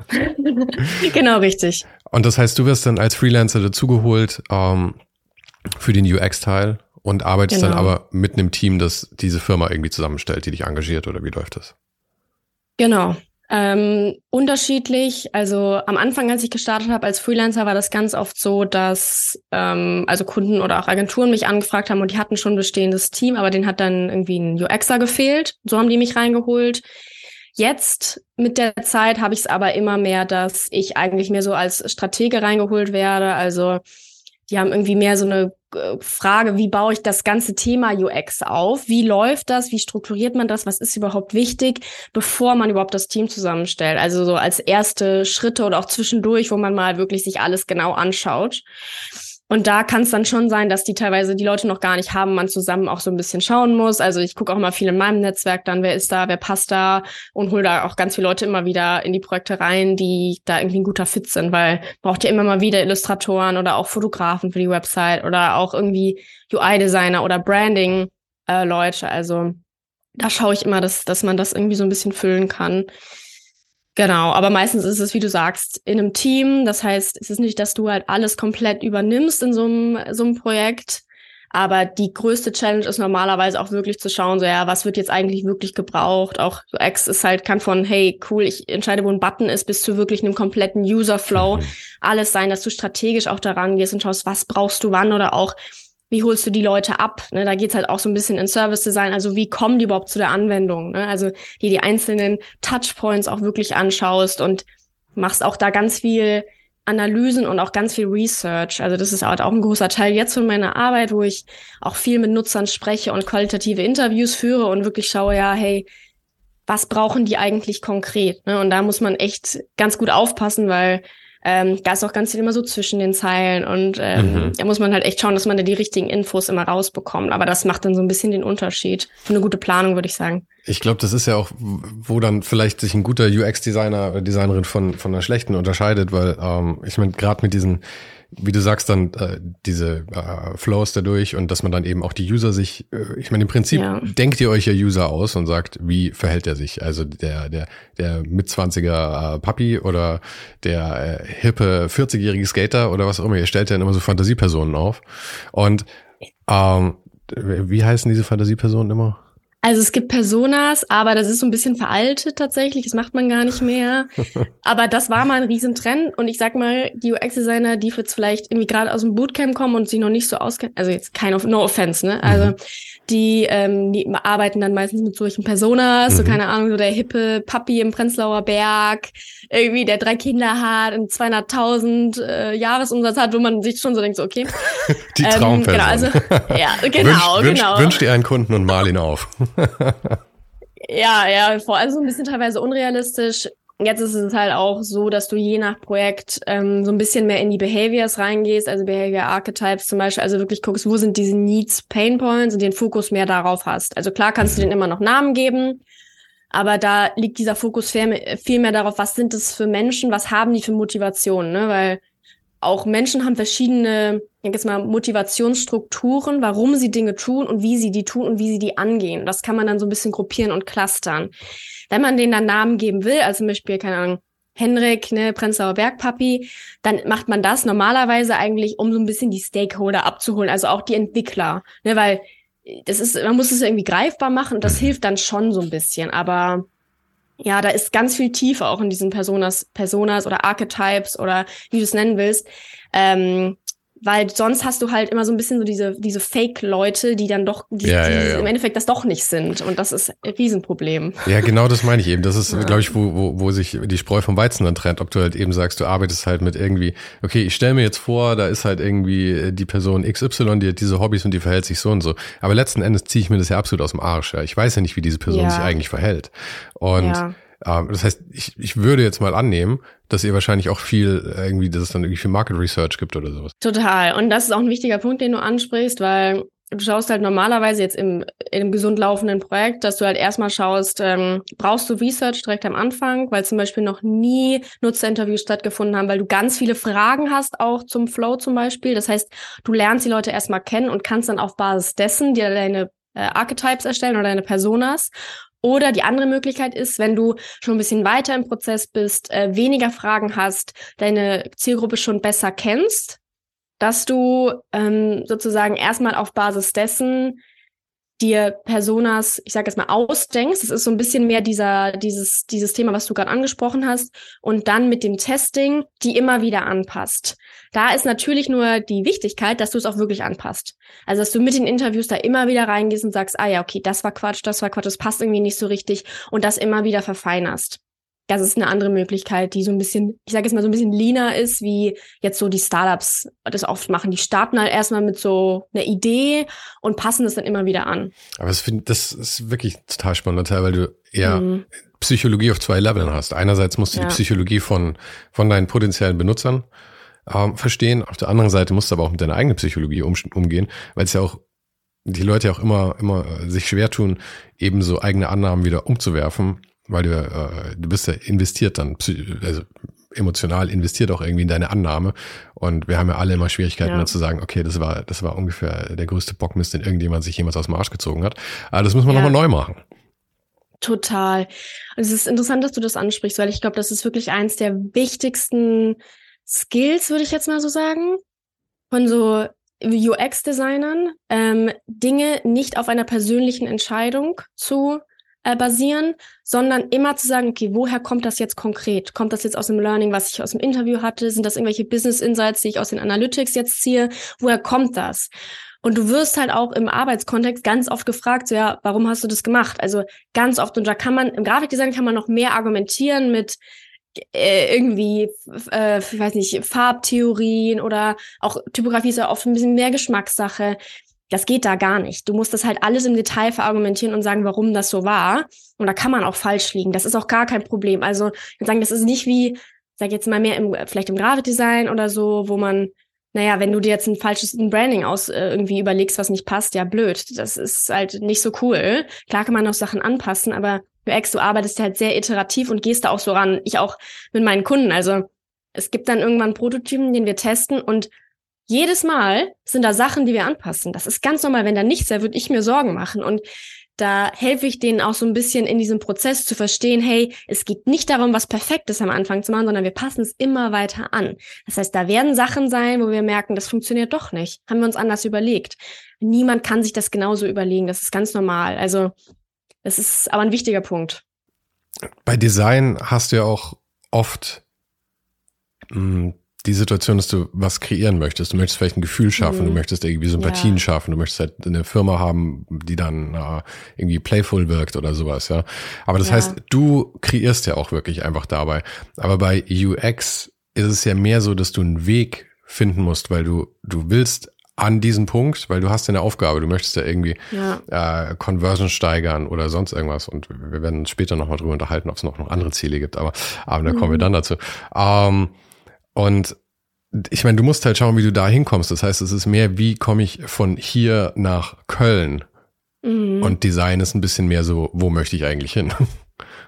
Genau, richtig. Und das heißt, du wirst dann als Freelancer dazugeholt ähm, für den U X-Teil und arbeitest genau. dann aber mit einem Team, das diese Firma irgendwie zusammenstellt, die dich engagiert, oder wie läuft das? Genau. Ähm, unterschiedlich. Also am Anfang, als ich gestartet habe als Freelancer, war das ganz oft so, dass ähm, also Kunden oder auch Agenturen mich angefragt haben und die hatten schon ein bestehendes Team, aber denen hat dann irgendwie ein U Xer gefehlt. So haben die mich reingeholt. Jetzt mit der Zeit habe ich es aber immer mehr, dass ich eigentlich mehr so als Stratege reingeholt werde. Also die haben irgendwie mehr so eine Frage, wie baue ich das ganze Thema U X auf? Wie läuft das? Wie strukturiert man das? Was ist überhaupt wichtig, bevor man überhaupt das Team zusammenstellt? Also so als erste Schritte oder auch zwischendurch, wo man mal wirklich sich alles genau anschaut. Und da kann es dann schon sein, dass die teilweise die Leute noch gar nicht haben, man zusammen auch so ein bisschen schauen muss. Also ich gucke auch mal viel in meinem Netzwerk dann, wer ist da, wer passt da und hole da auch ganz viele Leute immer wieder in die Projekte rein, die da irgendwie ein guter Fit sind, weil braucht ja immer mal wieder Illustratoren oder auch Fotografen für die Website oder auch irgendwie U I-Designer oder Branding-Leute. Äh, also da schaue ich immer, dass dass man das irgendwie so ein bisschen füllen kann. Genau, aber meistens ist es, wie du sagst, in einem Team. Das heißt, es ist nicht, dass du halt alles komplett übernimmst in so einem, so einem Projekt. Aber die größte Challenge ist normalerweise auch wirklich zu schauen, so ja, was wird jetzt eigentlich wirklich gebraucht? Auch U X ist halt, kann von, hey, cool, ich entscheide, wo ein Button ist, bis zu wirklich einem kompletten User-Flow. Mhm. Alles sein, dass du strategisch auch daran gehst und schaust, was brauchst du wann oder auch, wie holst du die Leute ab? Ne, da geht's halt auch so ein bisschen in Service Design. Also wie kommen die überhaupt zu der Anwendung? Ne? Also die die einzelnen Touchpoints auch wirklich anschaust und machst auch da ganz viel Analysen und auch ganz viel Research. Also das ist halt auch ein großer Teil jetzt von meiner Arbeit, wo ich auch viel mit Nutzern spreche und qualitative Interviews führe und wirklich schaue, ja, hey, was brauchen die eigentlich konkret? Ne? Und da muss man echt ganz gut aufpassen, weil Ähm, da ist auch ganz viel immer so zwischen den Zeilen und ähm, mhm. da muss man halt echt schauen, dass man da die richtigen Infos immer rausbekommt. Aber das macht dann so ein bisschen den Unterschied. Eine gute Planung, würde ich sagen. Ich glaube, das ist ja auch, wo dann vielleicht sich ein guter U X-Designer oder Designerin von von einer schlechten unterscheidet, weil ähm, ich meine, gerade mit diesen, wie du sagst, dann äh, diese äh, Flows dadurch und dass man dann eben auch die User sich, äh, ich meine, im Prinzip ja. denkt ihr euch ja User aus und sagt, wie verhält er sich? Also der der der Mitzwanziger äh, Papi oder der äh, hippe vierzigjährige Skater oder was auch immer. Ihr stellt ja immer so Fantasiepersonen auf. Und ähm, wie heißen diese Fantasiepersonen immer? Also es gibt Personas, aber das ist so ein bisschen veraltet tatsächlich. Das macht man gar nicht mehr. Aber das war mal ein Riesentrend. Und ich sag mal, die U X-Designer, die jetzt vielleicht irgendwie gerade aus dem Bootcamp kommen und sich noch nicht so auskennen, also jetzt kein no offense, ne? Also mhm. die, ähm, die arbeiten dann meistens mit solchen Personas, mhm. so keine Ahnung, so der hippe Papi im Prenzlauer Berg, irgendwie der drei Kinder hat und zweihunderttausend äh, Jahresumsatz hat, wo man sich schon so denkt, so okay. Die Traumperson. Ähm, genau, also, ja, genau, wünsch, genau. Wünsch, wünsch dir einen Kunden und mal ihn auf. Ja, ja, vor allem so ein bisschen teilweise unrealistisch. Jetzt ist es halt auch so, dass du je nach Projekt ähm, so ein bisschen mehr in die Behaviors reingehst, also Behavior Archetypes zum Beispiel, also wirklich guckst, wo sind diese Needs, Pain Points und den Fokus mehr darauf hast. Also klar kannst du denen immer noch Namen geben, aber da liegt dieser Fokus viel mehr, viel mehr darauf, was sind das für Menschen, was haben die für Motivationen, ne? Weil auch Menschen haben verschiedene, ich denke jetzt mal, Motivationsstrukturen, warum sie Dinge tun und wie sie die tun und wie sie die angehen. Das kann man dann so ein bisschen gruppieren und clustern. Wenn man denen dann Namen geben will, also zum Beispiel, keine Ahnung, Henrik, ne, Prenzlauer Berg-Papi, dann macht man das normalerweise eigentlich, um so ein bisschen die Stakeholder abzuholen, also auch die Entwickler, ne, weil das ist, man muss es irgendwie greifbar machen und das hilft dann schon so ein bisschen, aber ja, da ist ganz viel Tiefe auch in diesen Personas, Personas oder Archetypes oder wie du es nennen willst, ähm, weil sonst hast du halt immer so ein bisschen so diese diese Fake-Leute, die dann doch, die, ja, die ja, ja. im Endeffekt das doch nicht sind und das ist ein Riesenproblem. Ja, genau das meine ich eben. Das ist, ja. glaube ich, wo, wo, wo sich die Spreu vom Weizen dann trennt. Ob du halt eben sagst, du arbeitest halt mit irgendwie, okay, ich stelle mir jetzt vor, da ist halt irgendwie die Person X Y, die hat diese Hobbys und die verhält sich so und so. Aber letzten Endes ziehe ich mir das ja absolut aus dem Arsch. Ja. Ich weiß ja nicht, wie diese Person ja. sich eigentlich verhält. Und ja. ähm, das heißt, ich, ich würde jetzt mal annehmen, dass ihr wahrscheinlich auch viel irgendwie, dass es dann irgendwie viel Market Research gibt oder sowas. Total. Und das ist auch ein wichtiger Punkt, den du ansprichst, weil du schaust halt normalerweise jetzt im, in einem gesund laufenden Projekt, dass du halt erstmal schaust, ähm, brauchst du Research direkt am Anfang, weil zum Beispiel noch nie Nutzerinterviews stattgefunden haben, weil du ganz viele Fragen hast, auch zum Flow zum Beispiel. Das heißt, du lernst die Leute erstmal kennen und kannst dann auf Basis dessen dir deine äh, Archetypes erstellen oder deine Personas. Oder die andere Möglichkeit ist, wenn du schon ein bisschen weiter im Prozess bist, äh, weniger Fragen hast, deine Zielgruppe schon besser kennst, dass du ähm, sozusagen erstmal auf Basis dessen dir Personas, ich sage jetzt mal, ausdenkst. Das ist so ein bisschen mehr dieser dieses dieses Thema, was du gerade angesprochen hast. Und dann mit dem Testing die immer wieder anpasst. Da ist natürlich nur die Wichtigkeit, dass du es auch wirklich anpasst. Also, dass du mit den Interviews da immer wieder reingehst und sagst, ah ja, okay, das war Quatsch, das war Quatsch, das passt irgendwie nicht so richtig und das immer wieder verfeinerst. Das ist eine andere Möglichkeit, die so ein bisschen, ich sage jetzt mal so ein bisschen leaner ist, wie jetzt so die Startups das oft machen. Die starten halt erstmal mit so einer Idee und passen das dann immer wieder an. Aber das, find, das ist wirklich total spannender Teil, weil du eher mhm. Psychologie auf zwei Leveln hast. Einerseits musst du ja. die Psychologie von, von deinen potenziellen Benutzern ähm, verstehen. Auf der anderen Seite musst du aber auch mit deiner eigenen Psychologie um, umgehen, weil es ja auch die Leute ja auch immer, immer sich schwer tun, eben so eigene Annahmen wieder umzuwerfen. Weil du, äh, du bist ja investiert dann, also emotional investiert auch irgendwie in deine Annahme. Und wir haben ja alle immer Schwierigkeiten, ja. dann zu sagen, okay, das war, das war ungefähr der größte Bockmist, den irgendjemand sich jemals aus dem Arsch gezogen hat. Aber das müssen wir ja. nochmal neu machen. Total. Und es ist interessant, dass du das ansprichst, weil ich glaube, das ist wirklich eins der wichtigsten Skills, würde ich jetzt mal so sagen, von so U X-Designern, ähm, Dinge nicht auf einer persönlichen Entscheidung zu Äh, basieren, sondern immer zu sagen, okay, woher kommt das jetzt konkret? Kommt das jetzt aus dem Learning, was ich aus dem Interview hatte? Sind das irgendwelche Business Insights, die ich aus den Analytics jetzt ziehe? Woher kommt das? Und du wirst halt auch im Arbeitskontext ganz oft gefragt, so ja, warum hast du das gemacht? Also ganz oft, und da kann man, im Grafikdesign kann man noch mehr argumentieren mit äh, irgendwie, äh, ich weiß nicht, Farbtheorien oder auch Typografie ist ja oft ein bisschen mehr Geschmackssache. Das geht da gar nicht. Du musst das halt alles im Detail verargumentieren und sagen, warum das so war. Und da kann man auch falsch liegen. Das ist auch gar kein Problem. Also ich würde sagen, das ist nicht wie, sag jetzt mal mehr im, vielleicht im Grafikdesign oder so, wo man, naja, wenn du dir jetzt ein falsches ein Branding aus äh, irgendwie überlegst, was nicht passt, ja blöd. Das ist halt nicht so cool. Klar kann man noch Sachen anpassen, aber U X, du arbeitest halt sehr iterativ und gehst da auch so ran. Ich auch mit meinen Kunden. Also es gibt dann irgendwann Prototypen, den wir testen und jedes Mal sind da Sachen, die wir anpassen. Das ist ganz normal. Wenn da nichts wäre, würde ich mir Sorgen machen. Und da helfe ich denen auch so ein bisschen in diesem Prozess zu verstehen, hey, es geht nicht darum, was Perfektes am Anfang zu machen, sondern wir passen es immer weiter an. Das heißt, da werden Sachen sein, wo wir merken, das funktioniert doch nicht. Haben wir uns anders überlegt. Niemand kann sich das genauso überlegen. Das ist ganz normal. Also das ist aber ein wichtiger Punkt. Bei Design hast du ja auch oft mh, die Situation, dass du was kreieren möchtest. Du möchtest vielleicht ein Gefühl schaffen, mhm. du möchtest irgendwie Sympathien ja. schaffen, du möchtest halt eine Firma haben, die dann äh, irgendwie playful wirkt oder sowas, ja. Aber das ja. heißt, du kreierst ja auch wirklich einfach dabei. Aber bei U X ist es ja mehr so, dass du einen Weg finden musst, weil du du willst an diesem Punkt, weil du hast ja eine Aufgabe, du möchtest ja irgendwie ja. Äh, Conversion steigern oder sonst irgendwas. Und wir werden uns später nochmal drüber unterhalten, ob es noch, noch andere Ziele gibt, aber, aber da mhm. kommen wir dann dazu. Ähm, Und ich meine, du musst halt schauen, wie du da hinkommst. Das heißt, es ist mehr, wie komme ich von hier nach Köln? Mhm. Und Design ist ein bisschen mehr so, wo möchte ich eigentlich hin?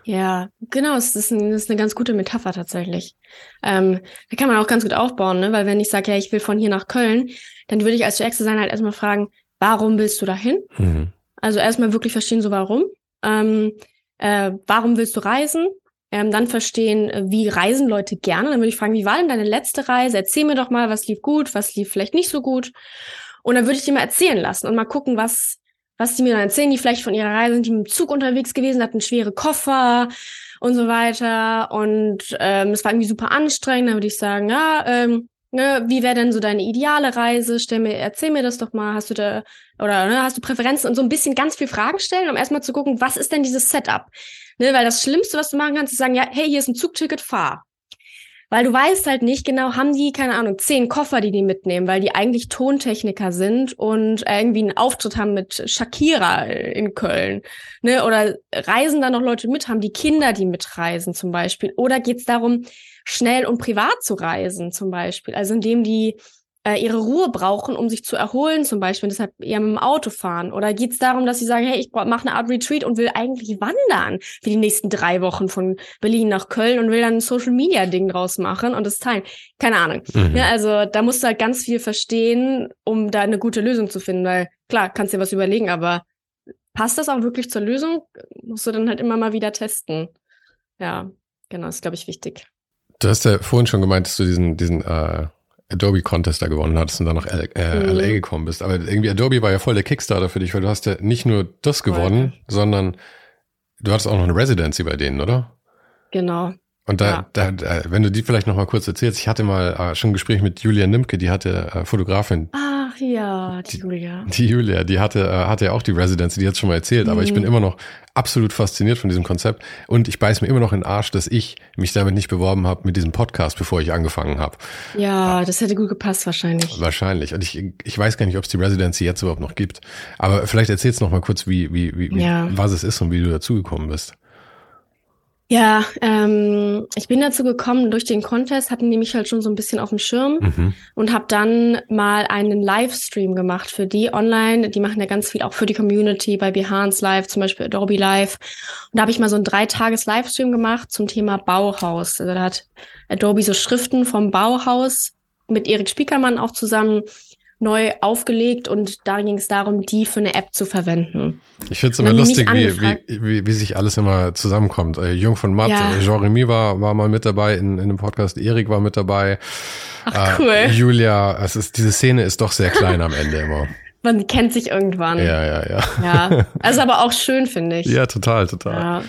Ja, genau, es ist, ein, das ist eine ganz gute Metapher tatsächlich. Ähm, da kann man auch ganz gut aufbauen, ne? Weil wenn ich sage, ja, ich will von hier nach Köln, dann würde ich als U X-Designer halt erstmal fragen, warum willst du dahin? Mhm. Also erstmal wirklich verstehen, so warum. Ähm, äh, warum willst du reisen? Ähm, dann verstehen, wie reisen Leute gerne. Dann würde ich fragen, wie war denn deine letzte Reise? Erzähl mir doch mal, was lief gut, was lief vielleicht nicht so gut. Und dann würde ich dir mal erzählen lassen und mal gucken, was was die mir dann erzählen, die vielleicht von ihrer Reise sind, die mit dem Zug unterwegs gewesen, hatten schwere Koffer und so weiter. Und ähm, es war irgendwie super anstrengend. Dann würde ich sagen, ja, ähm, ne, wie wäre denn so deine ideale Reise? Stell mir, erzähl mir das doch mal. Hast du da, oder ne, hast du Präferenzen? Und so ein bisschen ganz viel Fragen stellen, um erstmal zu gucken, was ist denn dieses Setup? Ne, weil das Schlimmste, was du machen kannst, ist sagen, ja, hey, hier ist ein Zugticket, fahr. Weil du weißt halt nicht genau, haben die, keine Ahnung, zehn Koffer, die die mitnehmen, weil die eigentlich Tontechniker sind und irgendwie einen Auftritt haben mit Shakira in Köln. Ne? Oder reisen da noch Leute mit, haben die Kinder, die mitreisen zum Beispiel. Oder geht es darum, schnell und privat zu reisen zum Beispiel. Also indem die äh, ihre Ruhe brauchen, um sich zu erholen zum Beispiel, und deshalb eher mit dem Auto fahren. Oder geht es darum, dass sie sagen, hey, ich mache eine Art Retreat und will eigentlich wandern für die nächsten drei Wochen von Berlin nach Köln und will dann ein Social-Media-Ding draus machen und das teilen. Keine Ahnung. Mhm. Ja, also da musst du halt ganz viel verstehen, um da eine gute Lösung zu finden, weil klar, kannst dir was überlegen, aber passt das auch wirklich zur Lösung? Musst du dann halt immer mal wieder testen. Ja, genau, ist, glaube ich, wichtig. Du hast ja vorhin schon gemeint, dass du diesen, diesen äh Adobe Contest da gewonnen hattest und dann nach L A, äh, mhm. L A gekommen bist. Aber irgendwie Adobe war ja voll der Kickstarter für dich, weil du hast ja nicht nur das gewonnen, oh. sondern du hattest auch noch eine Residency bei denen, oder? Genau. Und da, ja. da, da wenn du die vielleicht noch mal kurz erzählst, ich hatte mal äh, schon ein Gespräch mit Julia Nimke, die hatte äh, Fotografin. Ach ja, die, die Julia. Die Julia, die hatte, äh, hatte ja auch die Residency, die hat schon mal erzählt, mhm. aber ich bin immer noch absolut fasziniert von diesem Konzept und ich beiß mir immer noch in den Arsch, dass ich mich damit nicht beworben habe mit diesem Podcast, bevor ich angefangen habe. Ja, äh, das hätte gut gepasst wahrscheinlich. Wahrscheinlich. Und ich, ich weiß gar nicht, ob es die Residency jetzt überhaupt noch gibt. Aber vielleicht erzählst du noch mal kurz, wie, wie, wie, ja. was es ist und wie du dazugekommen bist. Ja, ähm, ich bin dazu gekommen durch den Contest, hatten die mich halt schon so ein bisschen auf dem Schirm mhm. und habe dann mal einen Livestream gemacht für die online. Die machen ja ganz viel auch für die Community bei Behance Live, zum Beispiel Adobe Live. Und da habe ich mal so einen Drei-Tages-Livestream gemacht zum Thema Bauhaus. Also da hat Adobe so Schriften vom Bauhaus mit Erik Spiekermann auch zusammen neu aufgelegt und da ging es darum, die für eine App zu verwenden. Ich finde es immer lustig, wie, wie, wie, wie sich alles immer zusammenkommt. Äh, Jung von Matt, ja. Jean-Remy war, war mal mit dabei in, in dem Podcast, Erik war mit dabei. Ach, cool. Äh, Julia, es ist, diese Szene ist doch sehr klein am Ende immer. Man kennt sich irgendwann. Ja, ja, ja. Ja, also aber auch schön, finde ich. Ja, total, total. Ja.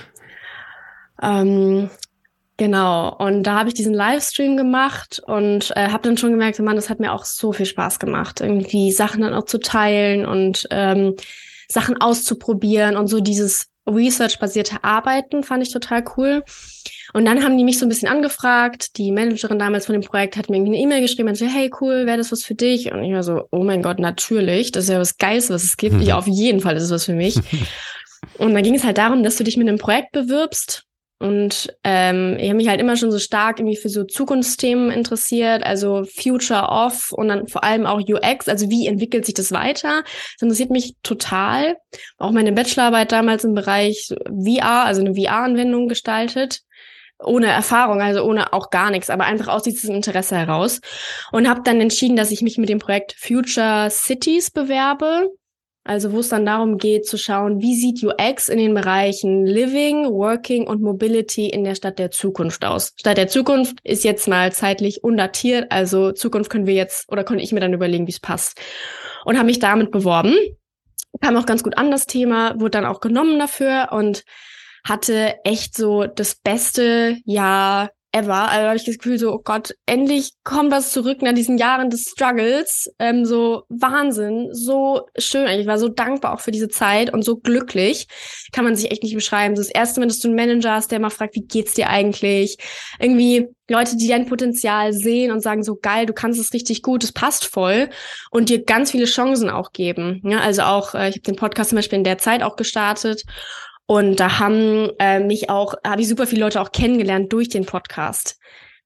Ähm, Genau, und da habe ich diesen Livestream gemacht und äh, habe dann schon gemerkt, Mann, das hat mir auch so viel Spaß gemacht, irgendwie Sachen dann auch zu teilen und ähm, Sachen auszuprobieren und so dieses Research-basierte Arbeiten fand ich total cool. Und dann haben die mich so ein bisschen angefragt, die Managerin damals von dem Projekt hat mir irgendwie eine E-Mail geschrieben und so, hey, cool, wäre das was für dich? Und ich war so, oh mein Gott, natürlich, das ist ja was Geilste, was es gibt. Mhm. Ja, auf jeden Fall ist es was für mich. Und dann ging es halt darum, dass du dich mit einem Projekt bewirbst. Und ähm, ich habe mich halt immer schon so stark irgendwie für so Zukunftsthemen interessiert, also Future of und dann vor allem auch U X, also wie entwickelt sich das weiter? Das interessiert mich total. Auch meine Bachelorarbeit damals im Bereich V R, also eine V R-Anwendung gestaltet, ohne Erfahrung, also ohne auch gar nichts, aber einfach aus diesem Interesse heraus. Und habe dann entschieden, dass ich mich mit dem Projekt Future Cities bewerbe. Also wo es dann darum geht zu schauen, wie sieht U X in den Bereichen Living, Working und Mobility in der Stadt der Zukunft aus. Stadt der Zukunft ist jetzt mal zeitlich undatiert, also Zukunft können wir jetzt, oder konnte ich mir dann überlegen, wie es passt. Und habe mich damit beworben. Kam auch ganz gut an, das Thema, wurde dann auch genommen dafür und hatte echt so das beste Jahr ever. Also habe ich das Gefühl so, oh Gott, endlich kommt was zurück nach diesen Jahren des Struggles. Ähm, so Wahnsinn, so schön. Ich war so dankbar auch für diese Zeit und so glücklich. Kann man sich echt nicht beschreiben. Das erste Mal, dass du einen Manager hast, der mal fragt, wie geht's dir eigentlich? Irgendwie Leute, die dein Potenzial sehen und sagen so, geil, du kannst es richtig gut, es passt voll und dir ganz viele Chancen auch geben. Ja, also auch, äh, ich habe den Podcast zum Beispiel in der Zeit auch gestartet. Und da haben äh, mich auch, habe ich super viele Leute auch kennengelernt durch den Podcast.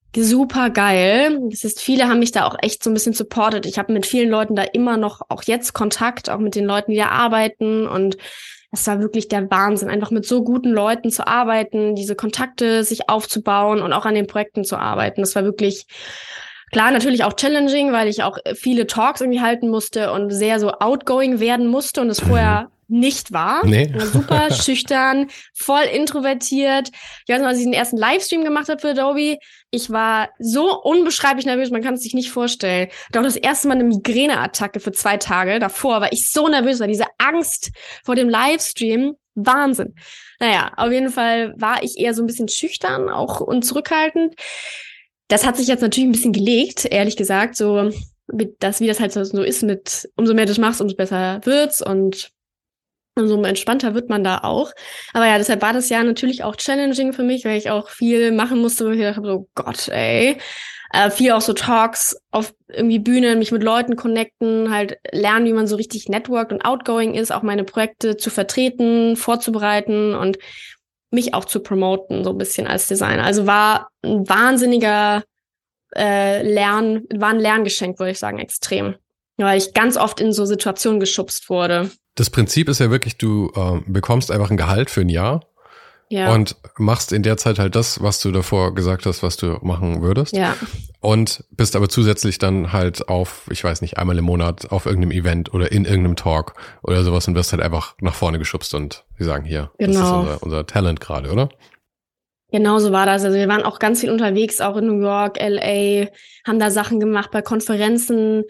super geil. Das ist, viele haben mich da auch echt so ein bisschen supported. Ich habe mit vielen Leuten da immer noch auch jetzt Kontakt, auch mit den Leuten, die da arbeiten. Und das war wirklich der Wahnsinn, einfach mit so guten Leuten zu arbeiten, diese Kontakte sich aufzubauen und auch an den Projekten zu arbeiten. Das war wirklich, klar, natürlich auch challenging, weil ich auch viele Talks irgendwie halten musste und sehr so outgoing werden musste und es vorher nicht war. Nee. War super schüchtern, voll introvertiert. Ich weiß noch, als ich den ersten Livestream gemacht habe für Adobe, ich war so unbeschreiblich nervös, man kann es sich nicht vorstellen. Ich hatte auch das erste Mal eine Migräneattacke für zwei Tage. Davor war ich so nervös, weil diese Angst vor dem Livestream, Wahnsinn. Naja, auf jeden Fall war ich eher so ein bisschen schüchtern auch und zurückhaltend. Das hat sich jetzt natürlich ein bisschen gelegt, ehrlich gesagt, so mit das, wie das halt so ist, mit umso mehr du es machst, umso besser wird's und umso entspannter wird man da auch. Aber ja, deshalb war das Jahr natürlich auch challenging für mich, weil ich auch viel machen musste, wo ich gedacht habe, so Gott, ey. Äh, viel auch so Talks auf irgendwie Bühnen, mich mit Leuten connecten, halt lernen, wie man so richtig networked und outgoing ist, auch meine Projekte zu vertreten, vorzubereiten und mich auch zu promoten, so ein bisschen als Designer. Also war ein wahnsinniger äh, Lern, war ein Lerngeschenk, würde ich sagen, extrem. Weil ich ganz oft in so Situationen geschubst wurde. Das Prinzip ist ja wirklich, du ähm, bekommst einfach ein Gehalt für ein Jahr ja. und machst in der Zeit halt das, was du davor gesagt hast, was du machen würdest. Ja. Und bist aber zusätzlich dann halt auf, ich weiß nicht, einmal im Monat auf irgendeinem Event oder in irgendeinem Talk oder sowas und wirst halt einfach nach vorne geschubst und die sagen, hier, genau. Das ist unser, unser Talent gerade, oder? Genau so war das. Also wir waren auch ganz viel unterwegs, auch in New York, L A, haben da Sachen gemacht bei Konferenzen.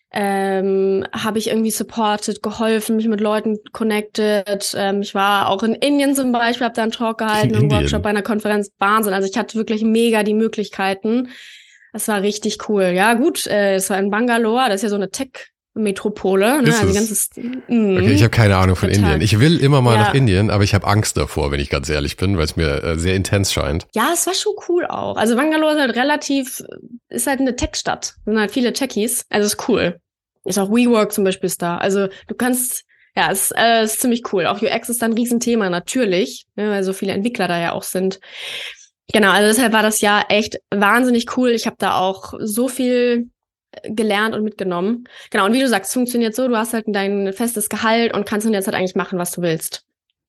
Ähm, habe ich irgendwie supported, geholfen, mich mit Leuten connected. Ähm, ich war auch in Indien zum Beispiel, habe da einen Talk gehalten, einen Workshop bei einer Konferenz. Wahnsinn. Also ich hatte wirklich mega die Möglichkeiten. Das war richtig cool. Ja gut, äh, es war in Bangalore, das ist ja so eine Tech-Metropole. Ne? Also ganzes, mm, okay, ich habe keine Ahnung von total. Indien. Ich will immer mal ja. nach Indien, aber ich habe Angst davor, wenn ich ganz ehrlich bin, weil es mir äh, sehr intens scheint. Ja, es war schon cool auch. Also Bangalore ist halt relativ, ist halt eine Tech-Stadt. Es sind halt viele Techies. Also ist cool. Ist auch WeWork zum Beispiel ist da. Also du kannst, ja, es äh, ist ziemlich cool. Auch U X ist da ein Riesenthema, natürlich, ne, weil so viele Entwickler da ja auch sind. Genau, also deshalb war das Jahr echt wahnsinnig cool. Ich habe da auch so viel gelernt und mitgenommen. Genau, und wie du sagst, es funktioniert so, du hast halt dein festes Gehalt und kannst in der Zeit eigentlich machen, was du willst.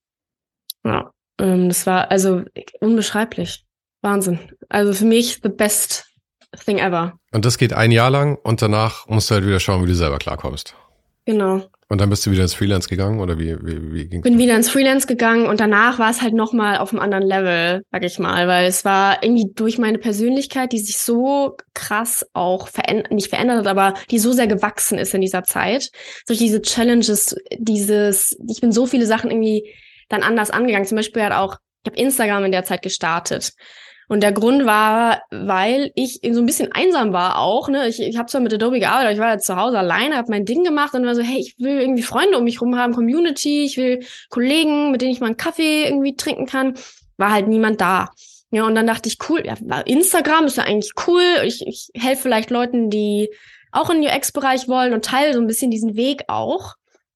Ja, ähm, das war also unbeschreiblich. Wahnsinn. Also für mich the best thing ever. Und das geht ein Jahr lang und danach musst du halt wieder schauen, wie du selber klarkommst. Genau. Und dann bist du wieder ins Freelance gegangen oder wie, wie, wie ging's? Bin wieder ins Freelance gegangen und danach war es halt nochmal auf einem anderen Level, sag ich mal, weil es war irgendwie durch meine Persönlichkeit, die sich so krass auch verändert, nicht verändert hat, aber die so sehr gewachsen ist in dieser Zeit. Durch diese Challenges, dieses, ich bin so viele Sachen irgendwie dann anders angegangen. Zum Beispiel halt auch, ich habe Instagram in der Zeit gestartet. Und der Grund war, weil ich so ein bisschen einsam war auch. Ne? Ich, ich habe zwar mit Adobe gearbeitet, aber ich war jetzt zu Hause alleine, habe mein Ding gemacht und war so, hey, ich will irgendwie Freunde um mich rum haben, Community, ich will Kollegen, mit denen ich mal einen Kaffee irgendwie trinken kann. War halt niemand da. Ja, und dann dachte ich, cool, ja, Instagram ist ja eigentlich cool. Ich, ich helfe vielleicht Leuten, die auch in den U X-Bereich wollen und teile so ein bisschen diesen Weg auch.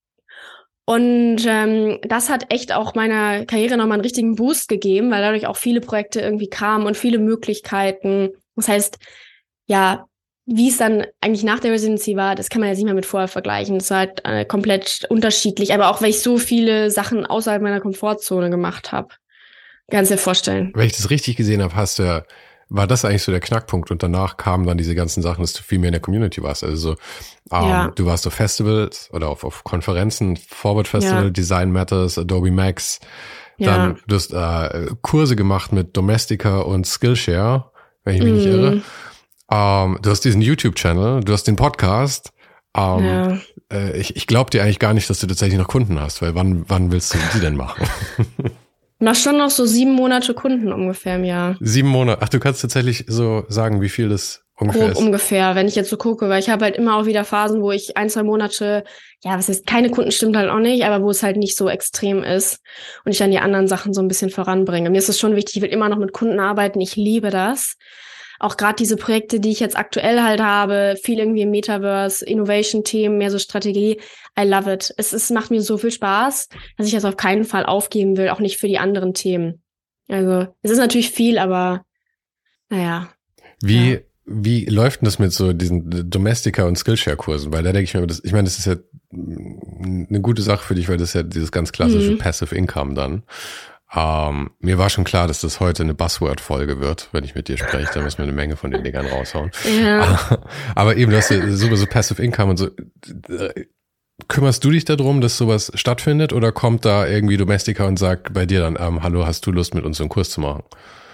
Und ähm, das hat echt auch meiner Karriere nochmal einen richtigen Boost gegeben, weil dadurch auch viele Projekte irgendwie kamen und viele Möglichkeiten. Das heißt, ja, wie es dann eigentlich nach der Residency war, das kann man jetzt nicht mehr mit vorher vergleichen. Das war halt äh, komplett unterschiedlich, aber auch, weil ich so viele Sachen außerhalb meiner Komfortzone gemacht habe. Kannst dir vorstellen. Wenn ich das richtig gesehen habe, hast du ja war das eigentlich so der Knackpunkt und danach kamen dann diese ganzen Sachen, dass du viel mehr in der Community warst. Also so, ähm, ja. du warst auf Festivals oder auf, auf Konferenzen, Forward Festival, ja. Design Matters, Adobe Max. Dann ja. du hast äh, Kurse gemacht mit Domestika und Skillshare, wenn ich mich mm. nicht irre. Ähm, du hast diesen YouTube-Channel, du hast den Podcast. Ähm, ja. äh, ich ich glaube dir eigentlich gar nicht, dass du tatsächlich noch Kunden hast, weil wann wann willst du die denn machen? Mach schon noch so sieben Monate Kunden ungefähr im Jahr. Sieben Monate. Ach, du kannst tatsächlich so sagen, wie viel das ungefähr Grob ist? Ungefähr, wenn ich jetzt so gucke, weil ich habe halt immer auch wieder Phasen, wo ich ein, zwei Monate, ja, was heißt, keine Kunden stimmt halt auch nicht, aber wo es halt nicht so extrem ist und ich dann die anderen Sachen so ein bisschen voranbringe. Mir ist es schon wichtig, ich will immer noch mit Kunden arbeiten, ich liebe das. Auch gerade diese Projekte, die ich jetzt aktuell halt habe, viel irgendwie im Metaverse, Innovation-Themen, mehr so Strategie. I love it. Es, es macht mir so viel Spaß, dass ich das auf keinen Fall aufgeben will, auch nicht für die anderen Themen. Also es ist natürlich viel, aber naja. Wie, ja. wie läuft denn das mit so diesen Domestika- und Skillshare-Kursen? Weil da denke ich mir, das, ich meine, das ist ja eine gute Sache für dich, weil das ist ja dieses ganz klassische mhm. Passive Income dann. Ähm, mir war schon klar, dass das heute eine Buzzword-Folge wird, wenn ich mit dir spreche. Da müssen wir eine Menge von den Dingern raushauen. Ja. Aber eben, das ist so, so Passive Income und so. Kümmerst du dich darum, dass sowas stattfindet, oder kommt da irgendwie Domestika und sagt bei dir dann, ähm, hallo, hast du Lust, mit uns so einen Kurs zu machen?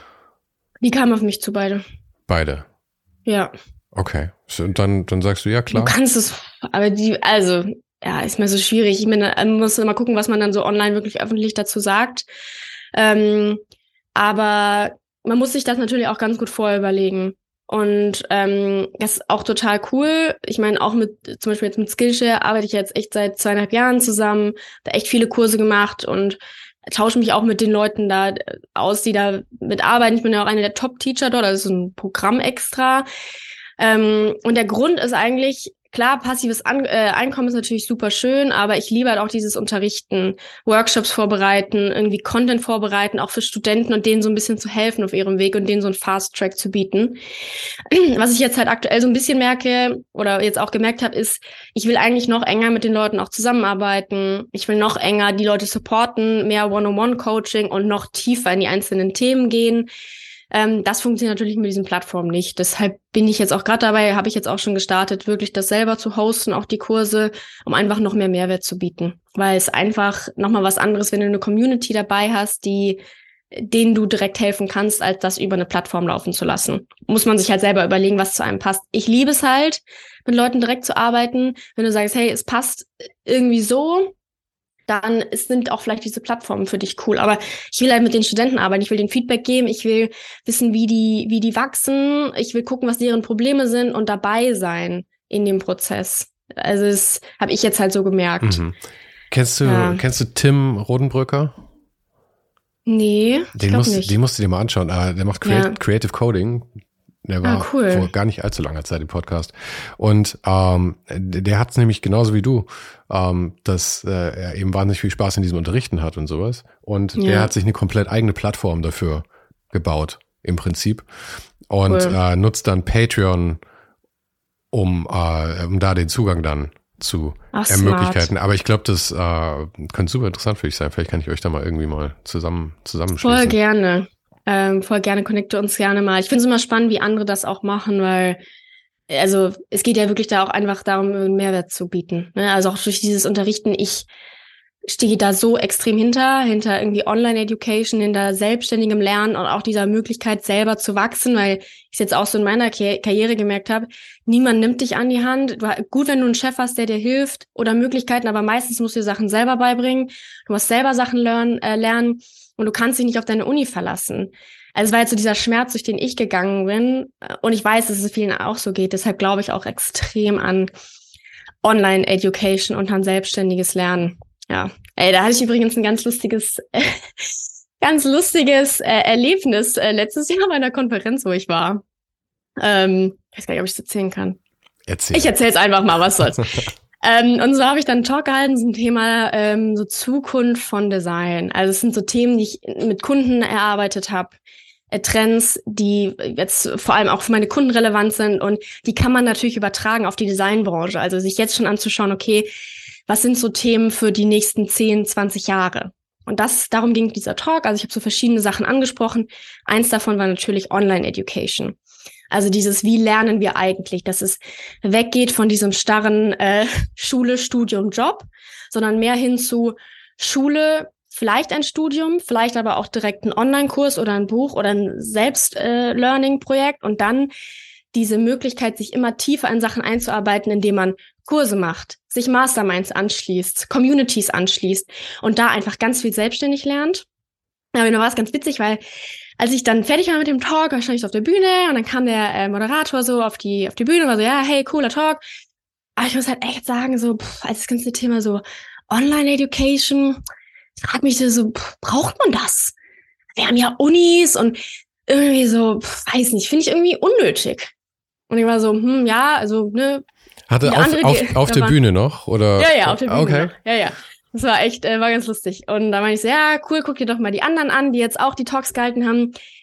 Die kamen auf mich zu, beide. Beide? Ja. Okay. Und dann, dann sagst du, ja, klar. Du kannst es, aber die, also, ja, ist mir so schwierig. Ich meine, man muss mal gucken, was man dann so online wirklich öffentlich dazu sagt. Ähm, aber man muss sich das natürlich auch ganz gut vorher überlegen. Und ähm, das ist auch total cool. Ich meine, auch mit, zum Beispiel jetzt mit Skillshare arbeite ich jetzt echt seit zweieinhalb Jahren zusammen, da echt viele Kurse gemacht und tausche mich auch mit den Leuten da aus, die da mitarbeiten. Ich bin ja auch eine der Top-Teacher dort, also so ein Programm extra. Ähm, und der Grund ist eigentlich, klar, passives An- äh, Einkommen ist natürlich super schön, aber ich liebe halt auch dieses Unterrichten, Workshops vorbereiten, irgendwie Content vorbereiten, auch für Studenten und denen so ein bisschen zu helfen auf ihrem Weg und denen so einen Fast-Track zu bieten. Was ich jetzt halt aktuell so ein bisschen merke oder jetzt auch gemerkt habe, ist, ich will eigentlich noch enger mit den Leuten auch zusammenarbeiten. Ich will noch enger die Leute supporten, mehr One-on-One-Coaching und noch tiefer in die einzelnen Themen gehen. Ähm, das funktioniert natürlich mit diesen Plattformen nicht. Deshalb bin ich jetzt auch gerade dabei, habe ich jetzt auch schon gestartet, wirklich das selber zu hosten, auch die Kurse, um einfach noch mehr Mehrwert zu bieten. Weil es einfach nochmal was anderes, wenn du eine Community dabei hast, die denen du direkt helfen kannst, als das über eine Plattform laufen zu lassen. Muss man sich halt selber überlegen, was zu einem passt. Ich liebe es halt, mit Leuten direkt zu arbeiten. Wenn du sagst, hey, es passt irgendwie so, dann sind auch vielleicht diese Plattformen für dich cool. Aber ich will halt mit den Studenten arbeiten, ich will denen Feedback geben, ich will wissen, wie die, wie die wachsen, ich will gucken, was deren Probleme sind und dabei sein in dem Prozess. Also das habe ich jetzt halt so gemerkt. Mhm. Kennst du, ja. kennst du Tim Rodenbrücker? Nee, ich den glaub musst, nicht. Den musst du dir mal anschauen. Der macht Creat- ja. Creative Coding. Der war ah, cool. vor gar nicht allzu langer Zeit im Podcast. Und ähm, der hat es nämlich genauso wie du, ähm, dass äh, er eben wahnsinnig viel Spaß in diesem Unterrichten hat und sowas. Und ja. der hat sich eine komplett eigene Plattform dafür gebaut, im Prinzip. Und cool. äh, nutzt dann Patreon, um, äh, um da den Zugang dann zu Ach, ermöglichen. smart. Aber ich glaube, das äh, könnte super interessant für dich sein. Vielleicht kann ich euch da mal irgendwie mal zusammen zusammenschließen. Voll gerne. Ähm, voll gerne, connecte uns gerne mal. Ich finde es immer spannend, wie andere das auch machen, weil also es geht ja wirklich da auch einfach darum, einen Mehrwert zu bieten. Ne? Also auch durch dieses Unterrichten, ich stehe da so extrem hinter, hinter irgendwie Online-Education, hinter selbstständigem Lernen und auch dieser Möglichkeit, selber zu wachsen, weil ich es jetzt auch so in meiner K- Karriere gemerkt habe, niemand nimmt dich an die Hand. Du, gut, wenn du einen Chef hast, der dir hilft oder Möglichkeiten, aber meistens musst du dir Sachen selber beibringen. Du musst selber Sachen lernen, äh, lernen und du kannst dich nicht auf deine Uni verlassen. Also es war jetzt so dieser Schmerz, durch den ich gegangen bin und ich weiß, dass es vielen auch so geht. Deshalb glaube ich auch extrem an Online-Education und an selbstständiges Lernen. Ja, ey, da hatte ich übrigens ein ganz lustiges, äh, ganz lustiges äh, Erlebnis äh, letztes Jahr bei einer Konferenz, wo ich war. Ähm, ich weiß gar nicht, ob ich es erzählen kann. Erzähl. Ich erzähl's einfach mal, was soll's. ähm, und so habe ich dann einen Talk gehalten zum Thema ähm, so Zukunft von Design. Also es sind so Themen, die ich mit Kunden erarbeitet habe. Äh, Trends, die jetzt vor allem auch für meine Kunden relevant sind und die kann man natürlich übertragen auf die Designbranche. Also sich jetzt schon anzuschauen, okay, was sind so Themen für die nächsten zehn, zwanzig Jahre? Und das, darum ging dieser Talk. Also ich habe so verschiedene Sachen angesprochen. Eins davon war natürlich Online-Education. Also dieses, wie lernen wir eigentlich, dass es weggeht von diesem starren äh, Schule, Studium, Job, sondern mehr hin zu Schule, vielleicht ein Studium, vielleicht aber auch direkt ein Online-Kurs oder ein Buch oder ein Selbst-Learning-Projekt und dann diese Möglichkeit, sich immer tiefer in Sachen einzuarbeiten, indem man Kurse macht, sich Masterminds anschließt, Communities anschließt und da einfach ganz viel selbstständig lernt. Aber da war es ganz witzig, weil als ich dann fertig war mit dem Talk, stand ich so auf der Bühne und dann kam der äh, Moderator so auf die auf die Bühne und war so, ja, hey, cooler Talk. Aber ich muss halt echt sagen, so pff, als das ganze Thema so Online-Education, ich frage mich so, pff, braucht man das? Wir haben ja Unis und irgendwie so, pff, weiß nicht, finde ich irgendwie unnötig. Und ich war so, hm, ja, also, ne. Hatte auf, andere, auf, die, auf der war, Bühne noch, oder? Ja, ja, auf der Bühne okay. noch. Ja, ja. Das war echt, äh, war ganz lustig. Und da war ich so, ja, cool, guck dir doch mal die anderen an, die jetzt auch die Talks gehalten haben.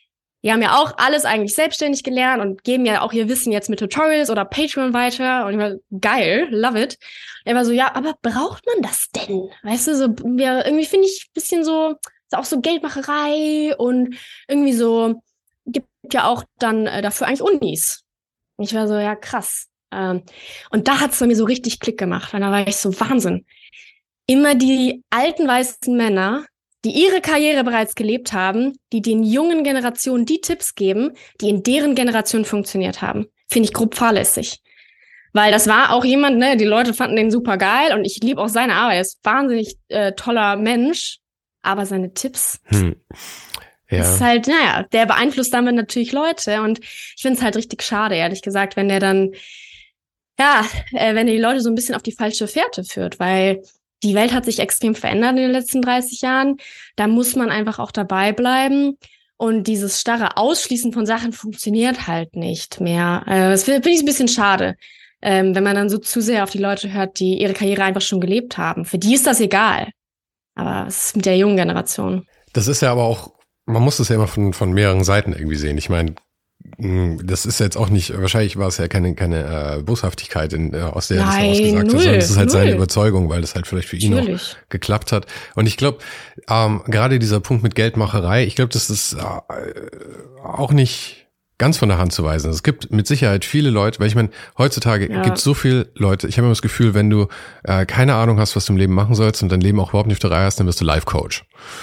Die haben ja auch alles eigentlich selbstständig gelernt und geben ja auch ihr Wissen jetzt mit Tutorials oder Patreon weiter. Und ich war, geil, love it. Er war so, ja, aber braucht man das denn? Weißt du, so, ja, irgendwie finde ich ein bisschen so, ist auch so Geldmacherei und irgendwie so, gibt ja auch dann äh, dafür eigentlich Unis. Und ich war so, ja, krass. Ähm, und da hat es bei mir so richtig Klick gemacht. Und da war ich so, Wahnsinn. Immer die alten weißen Männer, die ihre Karriere bereits gelebt haben, die den jungen Generationen die Tipps geben, die in deren Generation funktioniert haben. Finde ich grob fahrlässig. Weil das war auch jemand, ne, die Leute fanden den super geil und ich liebe auch seine Arbeit. Er ist ein wahnsinnig äh, toller Mensch, aber seine Tipps, hm. ja. ist halt, naja, der beeinflusst damit natürlich Leute und ich finde es halt richtig schade, ehrlich gesagt, wenn der dann, ja, äh, wenn er die Leute so ein bisschen auf die falsche Fährte führt, weil die Welt hat sich extrem verändert in den letzten dreißig Jahren. Da muss man einfach auch dabei bleiben. Und dieses starre Ausschließen von Sachen funktioniert halt nicht mehr. Äh, das finde ich ein bisschen schade, ähm, wenn man dann so zu sehr auf die Leute hört, die ihre Karriere einfach schon gelebt haben. Für die ist das egal. Aber es ist mit der jungen Generation. Das ist ja aber auch, man muss das ja immer von, von mehreren Seiten irgendwie sehen. Ich meine, das ist jetzt auch nicht, wahrscheinlich war es ja keine, keine äh, Boshaftigkeit, in, äh, aus der er das heraus gesagt hat, sondern es ist halt null. Seine Überzeugung, weil das halt vielleicht für ihn Natürlich. auch geklappt hat. Und ich glaube, ähm, gerade dieser Punkt mit Geldmacherei, ich glaube, das ist äh, auch nicht ganz von der Hand zu weisen. Es gibt mit Sicherheit viele Leute, weil ich meine, heutzutage ja. gibt es so viele Leute, ich habe immer das Gefühl, wenn du äh, keine Ahnung hast, was du im Leben machen sollst und dein Leben auch überhaupt nicht auf der Reihe hast, dann wirst du Life-Coach.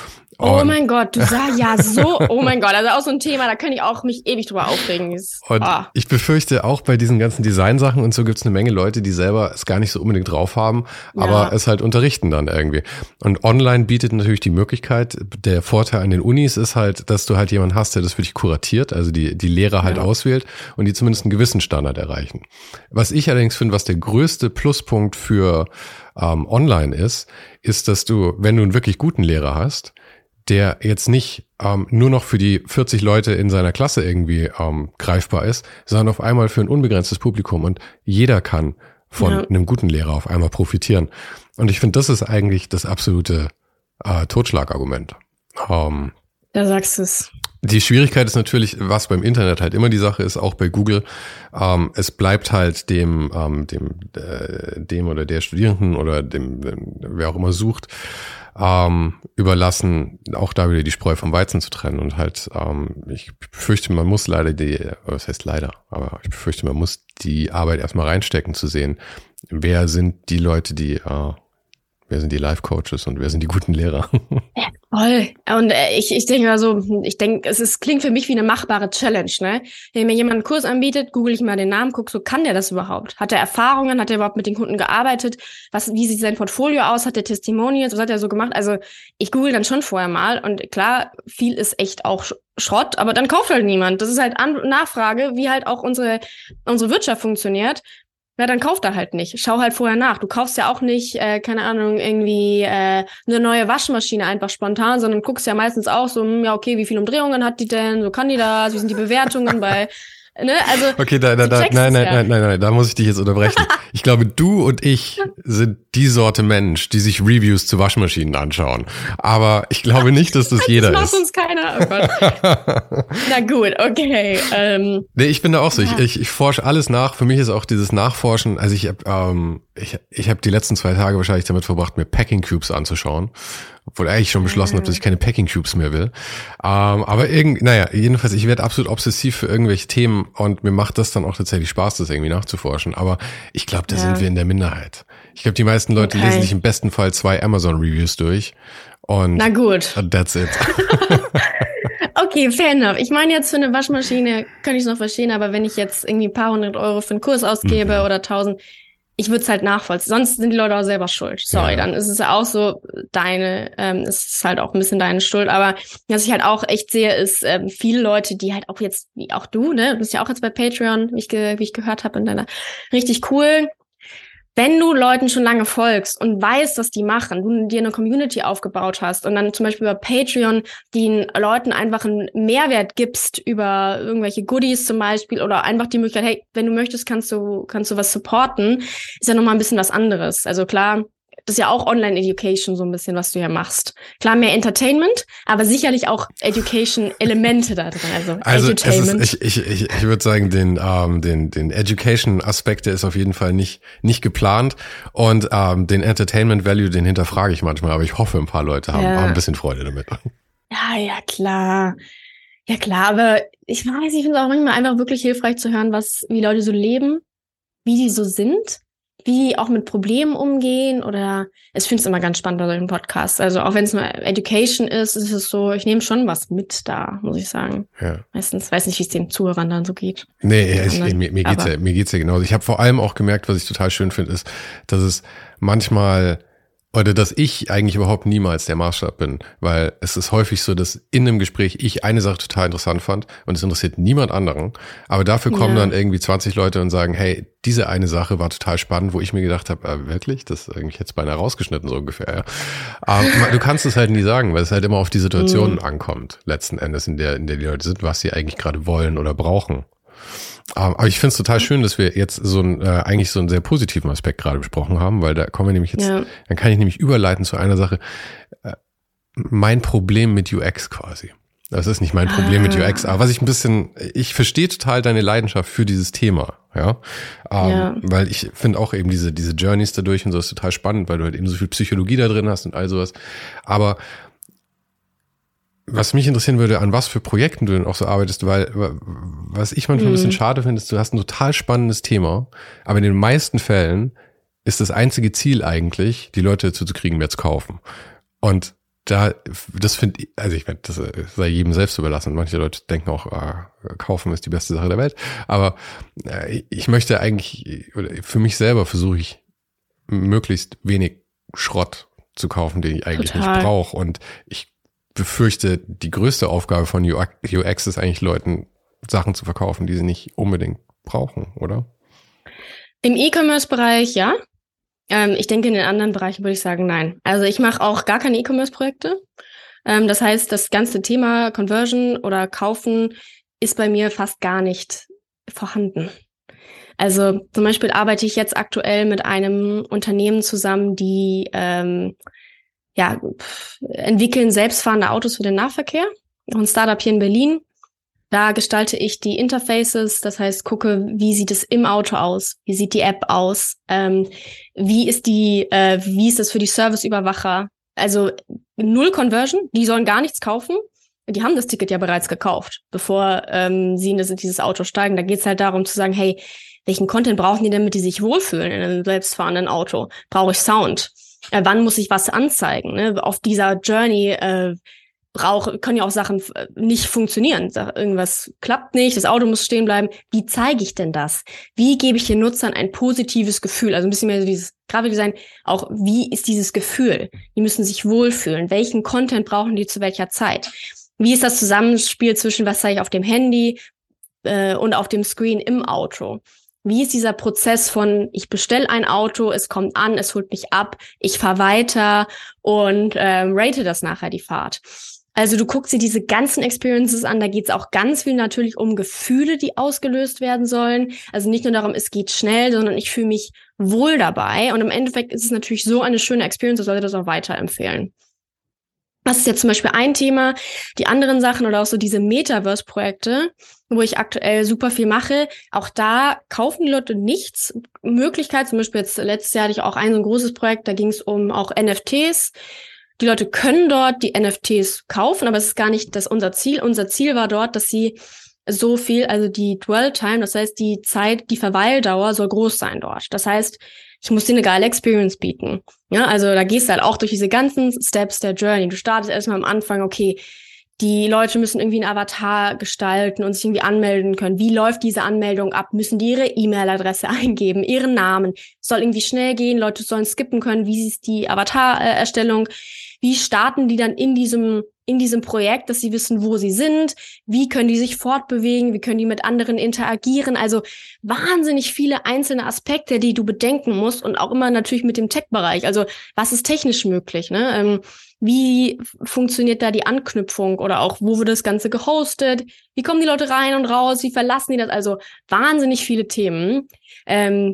Oh und mein Gott, du sagst ja so, oh mein Gott, also auch so ein Thema, da könnte ich auch mich ewig drüber aufregen. Und oh. ich befürchte, auch bei diesen ganzen Designsachen und so gibt's eine Menge Leute, die selber es gar nicht so unbedingt drauf haben, ja. aber es halt unterrichten dann irgendwie. Und online bietet natürlich die Möglichkeit, der Vorteil an den Unis ist halt, dass du halt jemanden hast, der das für dich kuratiert, also die, die Lehrer halt ja. auswählt und die zumindest einen gewissen Standard erreichen. Was ich allerdings finde, was der größte Pluspunkt für ähm, online ist, ist, dass du, wenn du einen wirklich guten Lehrer hast, der jetzt nicht ähm, nur noch für die vierzig Leute in seiner Klasse irgendwie ähm, greifbar ist, sondern auf einmal für ein unbegrenztes Publikum und jeder kann von ja. einem guten Lehrer auf einmal profitieren. Und ich finde, das ist eigentlich das absolute äh, Totschlagargument. Ähm, da sagst du es. Die Schwierigkeit ist natürlich, was beim Internet halt immer die Sache ist, auch bei Google, ähm, es bleibt halt dem, ähm, dem, äh, dem oder der Studierenden oder dem, dem, wer auch immer sucht, ähm, überlassen, auch da wieder die Spreu vom Weizen zu trennen und halt, ähm, ich befürchte, man muss leider die, was heißt leider, aber ich befürchte, man muss die Arbeit erstmal reinstecken zu sehen, wer sind die Leute, die, äh, wer sind die Life-Coaches und wer sind die guten Lehrer? Ja, voll. Und äh, ich, ich denke mal so, ich denke, es ist, klingt für mich wie eine machbare Challenge, ne? Wenn mir jemand einen Kurs anbietet, google ich mal den Namen, guck, so kann der das überhaupt? Hat er Erfahrungen? Hat er überhaupt mit den Kunden gearbeitet? Was, wie sieht sein Portfolio aus? Hat er Testimonials? Was hat er so gemacht? Also ich google dann schon vorher mal und klar, viel ist echt auch Schrott, aber dann kauft halt niemand. Das ist halt An- Nachfrage, wie halt auch unsere, unsere Wirtschaft funktioniert. Ja, dann kauf da halt nicht. Schau halt vorher nach. Du kaufst ja auch nicht, äh, keine Ahnung, irgendwie äh, eine neue Waschmaschine einfach spontan, sondern guckst ja meistens auch so, ja, okay, wie viele Umdrehungen hat die denn? So kann die das? Wie sind die Bewertungen bei... Ne? Also, okay, da, da, da, nein, nein, ja. nein, nein, nein, da muss ich dich jetzt unterbrechen. Ich glaube, du und ich sind die Sorte Mensch, die sich Reviews zu Waschmaschinen anschauen. Aber ich glaube nicht, dass das jeder das ist. Das macht uns keiner. Oh Gott. Na gut, okay. Ähm, nee, ich bin da auch so. Ja. Ich, ich, ich forsche alles nach. Für mich ist auch dieses Nachforschen, also ich habe ähm, ich, ich hab die letzten zwei Tage wahrscheinlich damit verbracht, mir Packing Cubes anzuschauen. Obwohl eigentlich schon beschlossen habe, dass ich keine Packing Cubes mehr will. Ähm, aber irgend, naja, jedenfalls, ich werde absolut obsessiv für irgendwelche Themen und mir macht das dann auch tatsächlich Spaß, das irgendwie nachzuforschen. Aber ich glaube, da ja. sind wir in der Minderheit. Ich glaube, die meisten Leute okay. lesen sich im besten Fall zwei Amazon-Reviews durch. Und na gut. That's it. Okay, fair enough. Ich meine, jetzt für eine Waschmaschine könnte ich es noch verstehen, aber wenn ich jetzt irgendwie ein paar hundert Euro für einen Kurs ausgebe mhm. oder tausend, ich würde es halt nachvollziehen. Sonst sind die Leute auch selber schuld. Sorry, ja. dann ist es ja auch so deine, ähm, es ist halt auch ein bisschen deine Schuld. Aber was ich halt auch echt sehe, ist ähm, viele Leute, die halt auch jetzt, wie auch du, ne, du bist ja auch jetzt bei Patreon, wie ich, ge- wie ich gehört habe in deiner, richtig cool. Wenn du Leuten schon lange folgst und weißt, was die machen, du dir eine Community aufgebaut hast und dann zum Beispiel über Patreon den Leuten einfach einen Mehrwert gibst über irgendwelche Goodies zum Beispiel oder einfach die Möglichkeit, hey, wenn du möchtest, kannst du kannst du was supporten, ist ja nochmal ein bisschen was anderes. Also klar, das ist ja auch Online-Education so ein bisschen, was du ja machst. Klar, mehr Entertainment, aber sicherlich auch Education-Elemente da drin, also, also Edutainment. Es ist, ich ich, ich, ich würde sagen, den, ähm, den, den Education-Aspekt, der ist auf jeden Fall nicht, nicht geplant und ähm, den Entertainment-Value, den hinterfrage ich manchmal, aber ich hoffe, ein paar Leute haben, ja. haben ein bisschen Freude damit. Ja, ja, klar. Ja, klar, aber ich weiß, ich finde es auch manchmal einfach wirklich hilfreich zu hören, was, wie Leute so leben, wie die so sind, wie die auch mit Problemen umgehen oder ich finde es immer ganz spannend bei solchen Podcasts. Also auch wenn es nur Education ist, ist es so, ich nehme schon was mit da, muss ich sagen. Ja. Meistens, weiß nicht, wie es den Zuhörern dann so geht. Nee, ich, ich, mir, mir geht's ja, mir geht's ja genauso. Ich habe vor allem auch gemerkt, was ich total schön finde, ist, dass es manchmal oder dass ich eigentlich überhaupt niemals der Maßstab bin, weil es ist häufig so, dass in einem Gespräch ich eine Sache total interessant fand und es interessiert niemand anderen, aber dafür kommen ja. dann irgendwie zwanzig Leute und sagen, hey, diese eine Sache war total spannend, wo ich mir gedacht habe, äh, wirklich, das ist irgendwie jetzt beinahe rausgeschnitten so ungefähr. Ja. Aber du kannst es halt nie sagen, weil es halt immer auf die Situation mhm. ankommt, letzten Endes, in der in der die Leute sind, was sie eigentlich gerade wollen oder brauchen. Aber ich finde es total schön, dass wir jetzt so ein, äh, eigentlich so einen sehr positiven Aspekt gerade besprochen haben, weil da kommen wir nämlich jetzt, ja. dann kann ich nämlich überleiten zu einer Sache, äh, mein Problem mit U X quasi. Das ist nicht mein Problem ah. mit U X, aber was ich ein bisschen, ich verstehe total deine Leidenschaft für dieses Thema, ja, ähm, ja. weil ich finde auch eben diese diese Journeys dadurch und so ist total spannend, weil du halt eben so viel Psychologie da drin hast und all sowas, aber was mich interessieren würde, an was für Projekten du denn auch so arbeitest, weil was ich manchmal mhm. ein bisschen schade finde, ist, du hast ein total spannendes Thema, aber in den meisten Fällen ist das einzige Ziel eigentlich, die Leute dazu zu kriegen, mehr zu kaufen. Und da, das finde ich, also ich meine, das sei jedem selbst überlassen. Manche Leute denken auch, ah, kaufen ist die beste Sache der Welt. Aber ich möchte eigentlich, oder für mich selber versuche ich, möglichst wenig Schrott zu kaufen, den ich eigentlich Total. nicht brauche. Und ich befürchte, die größte Aufgabe von U X ist eigentlich Leuten Sachen zu verkaufen, die sie nicht unbedingt brauchen, oder? Im E-Commerce-Bereich ja. Ähm, ich denke, in den anderen Bereichen würde ich sagen, nein. Also ich mache auch gar keine E-Commerce-Projekte. Ähm, das heißt, das ganze Thema Conversion oder Kaufen ist bei mir fast gar nicht vorhanden. Also zum Beispiel arbeite ich jetzt aktuell mit einem Unternehmen zusammen, die ähm, ja, entwickeln selbstfahrende Autos für den Nahverkehr. Auch ein Startup hier in Berlin. Da gestalte ich die Interfaces, das heißt, gucke, wie sieht es im Auto aus? Wie sieht die App aus? Ähm, wie ist die, äh, wie ist das für die Serviceüberwacher? Also null Conversion, die sollen gar nichts kaufen. Die haben das Ticket ja bereits gekauft, bevor ähm, sie in, das, in dieses Auto steigen. Da geht es halt darum zu sagen, hey, welchen Content brauchen die denn, damit die sich wohlfühlen in einem selbstfahrenden Auto? Brauche ich Sound? Äh, wann muss ich was anzeigen? Ne? Auf dieser Journey äh, brauche, können ja auch Sachen äh, nicht funktionieren. Irgendwas klappt nicht, das Auto muss stehen bleiben. Wie zeige ich denn das? Wie gebe ich den Nutzern ein positives Gefühl? Also ein bisschen mehr so dieses Grafikdesign. Auch wie ist dieses Gefühl? Die müssen sich wohlfühlen. Welchen Content brauchen die zu welcher Zeit? Wie ist das Zusammenspiel zwischen, was zeige ich auf dem Handy äh, und auf dem Screen im Auto? Wie ist dieser Prozess von, ich bestelle ein Auto, es kommt an, es holt mich ab, ich fahre weiter und ähm, rate das nachher, die Fahrt. Also du guckst dir diese ganzen Experiences an, da geht's auch ganz viel natürlich um Gefühle, die ausgelöst werden sollen. Also nicht nur darum, es geht schnell, sondern ich fühle mich wohl dabei. Und im Endeffekt ist es natürlich so eine schöne Experience, ich sollte das auch weiterempfehlen. Das ist jetzt zum Beispiel ein Thema. Die anderen Sachen oder auch so diese Metaverse-Projekte, wo ich aktuell super viel mache, auch da kaufen die Leute nichts. Möglichkeit, zum Beispiel jetzt letztes Jahr hatte ich auch ein so ein großes Projekt, da ging es um auch N F Ts. Die Leute können dort die N F Ts kaufen, aber es ist gar nicht das unser Ziel. Unser Ziel war dort, dass sie so viel, also die Dwell Time, das heißt die Zeit, die Verweildauer soll groß sein dort. Das heißt, ich muss dir eine geile Experience bieten. Ja, also da gehst du halt auch durch diese ganzen Steps der Journey. Du startest erstmal am Anfang, okay, die Leute müssen irgendwie einen Avatar gestalten und sich irgendwie anmelden können. Wie läuft diese Anmeldung ab? Müssen die ihre E-Mail-Adresse eingeben, ihren Namen? Es soll irgendwie schnell gehen, Leute sollen skippen können. Wie ist die Avatar-Erstellung? Wie starten die dann in diesem in diesem Projekt, dass sie wissen, wo sie sind? Wie können die sich fortbewegen? Wie können die mit anderen interagieren? Also wahnsinnig viele einzelne Aspekte, die du bedenken musst und auch immer natürlich mit dem Tech-Bereich. Also was ist technisch möglich? Ne? Ähm, wie funktioniert da die Anknüpfung oder auch wo wird das Ganze gehostet? Wie kommen die Leute rein und raus? Wie verlassen die das? Also wahnsinnig viele Themen. Ähm,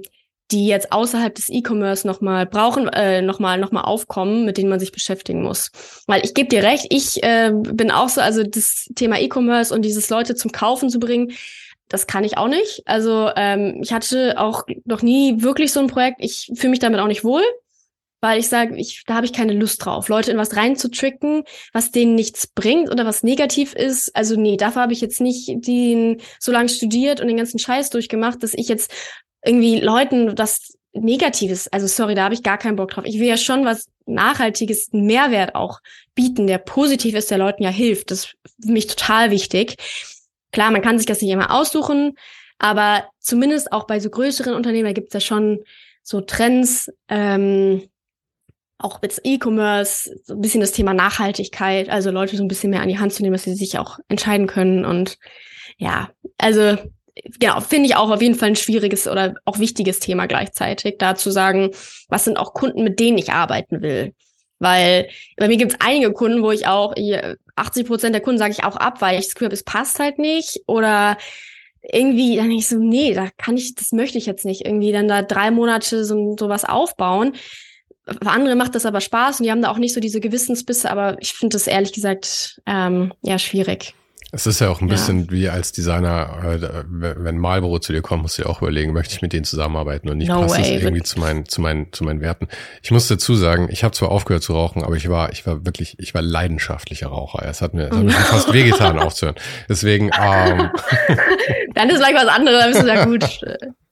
die jetzt außerhalb des E-Commerce nochmal brauchen, äh, nochmal noch mal aufkommen, mit denen man sich beschäftigen muss. Weil ich gebe dir recht, ich äh, bin auch so, also das Thema E-Commerce und dieses Leute zum Kaufen zu bringen, das kann ich auch nicht. Also ähm, ich hatte auch noch nie wirklich so ein Projekt. Ich fühle mich damit auch nicht wohl, weil ich sage, ich, da habe ich keine Lust drauf, Leute in was reinzutricken, was denen nichts bringt oder was negativ ist. Also nee, dafür habe ich jetzt nicht den so lange studiert und den ganzen Scheiß durchgemacht, dass ich jetzt irgendwie Leuten das Negatives, also sorry, da habe ich gar keinen Bock drauf. Ich will ja schon was Nachhaltiges, einen Mehrwert auch bieten, der positiv ist, der Leuten ja hilft. Das ist für mich total wichtig. Klar, man kann sich das nicht immer aussuchen, aber zumindest auch bei so größeren Unternehmen, da gibt es ja schon so Trends, ähm, auch mit E-Commerce, so ein bisschen das Thema Nachhaltigkeit, also Leute so ein bisschen mehr an die Hand zu nehmen, dass sie sich auch entscheiden können. Und ja, also genau, finde ich auch auf jeden Fall ein schwieriges oder auch wichtiges Thema gleichzeitig, da zu sagen, was sind auch Kunden, mit denen ich arbeiten will. Weil bei mir gibt es einige Kunden, wo ich auch, achtzig Prozent der Kunden sage ich auch ab, weil ich das Gefühl habe, es passt halt nicht. Oder irgendwie dann nicht so, nee, da kann ich, das möchte ich jetzt nicht. Irgendwie dann da drei Monate so sowas aufbauen. Für andere macht das aber Spaß und die haben da auch nicht so diese Gewissensbisse, aber ich finde das ehrlich gesagt ähm, ja schwierig. Es ist ja auch ein bisschen ja. wie als Designer, äh, wenn Marlboro zu dir kommt, musst du dir auch überlegen, möchte ich mit denen zusammenarbeiten und nicht no passt way, es irgendwie zu meinen, zu meinen, zu meinen Werten. Ich muss dazu sagen, ich habe zwar aufgehört zu rauchen, aber ich war, ich war wirklich, ich war leidenschaftlicher Raucher. Es hat mir, es hat mir schon fast wehgetan aufzuhören. Deswegen, ähm, dann ist vielleicht was anderes, dann bist du da gut.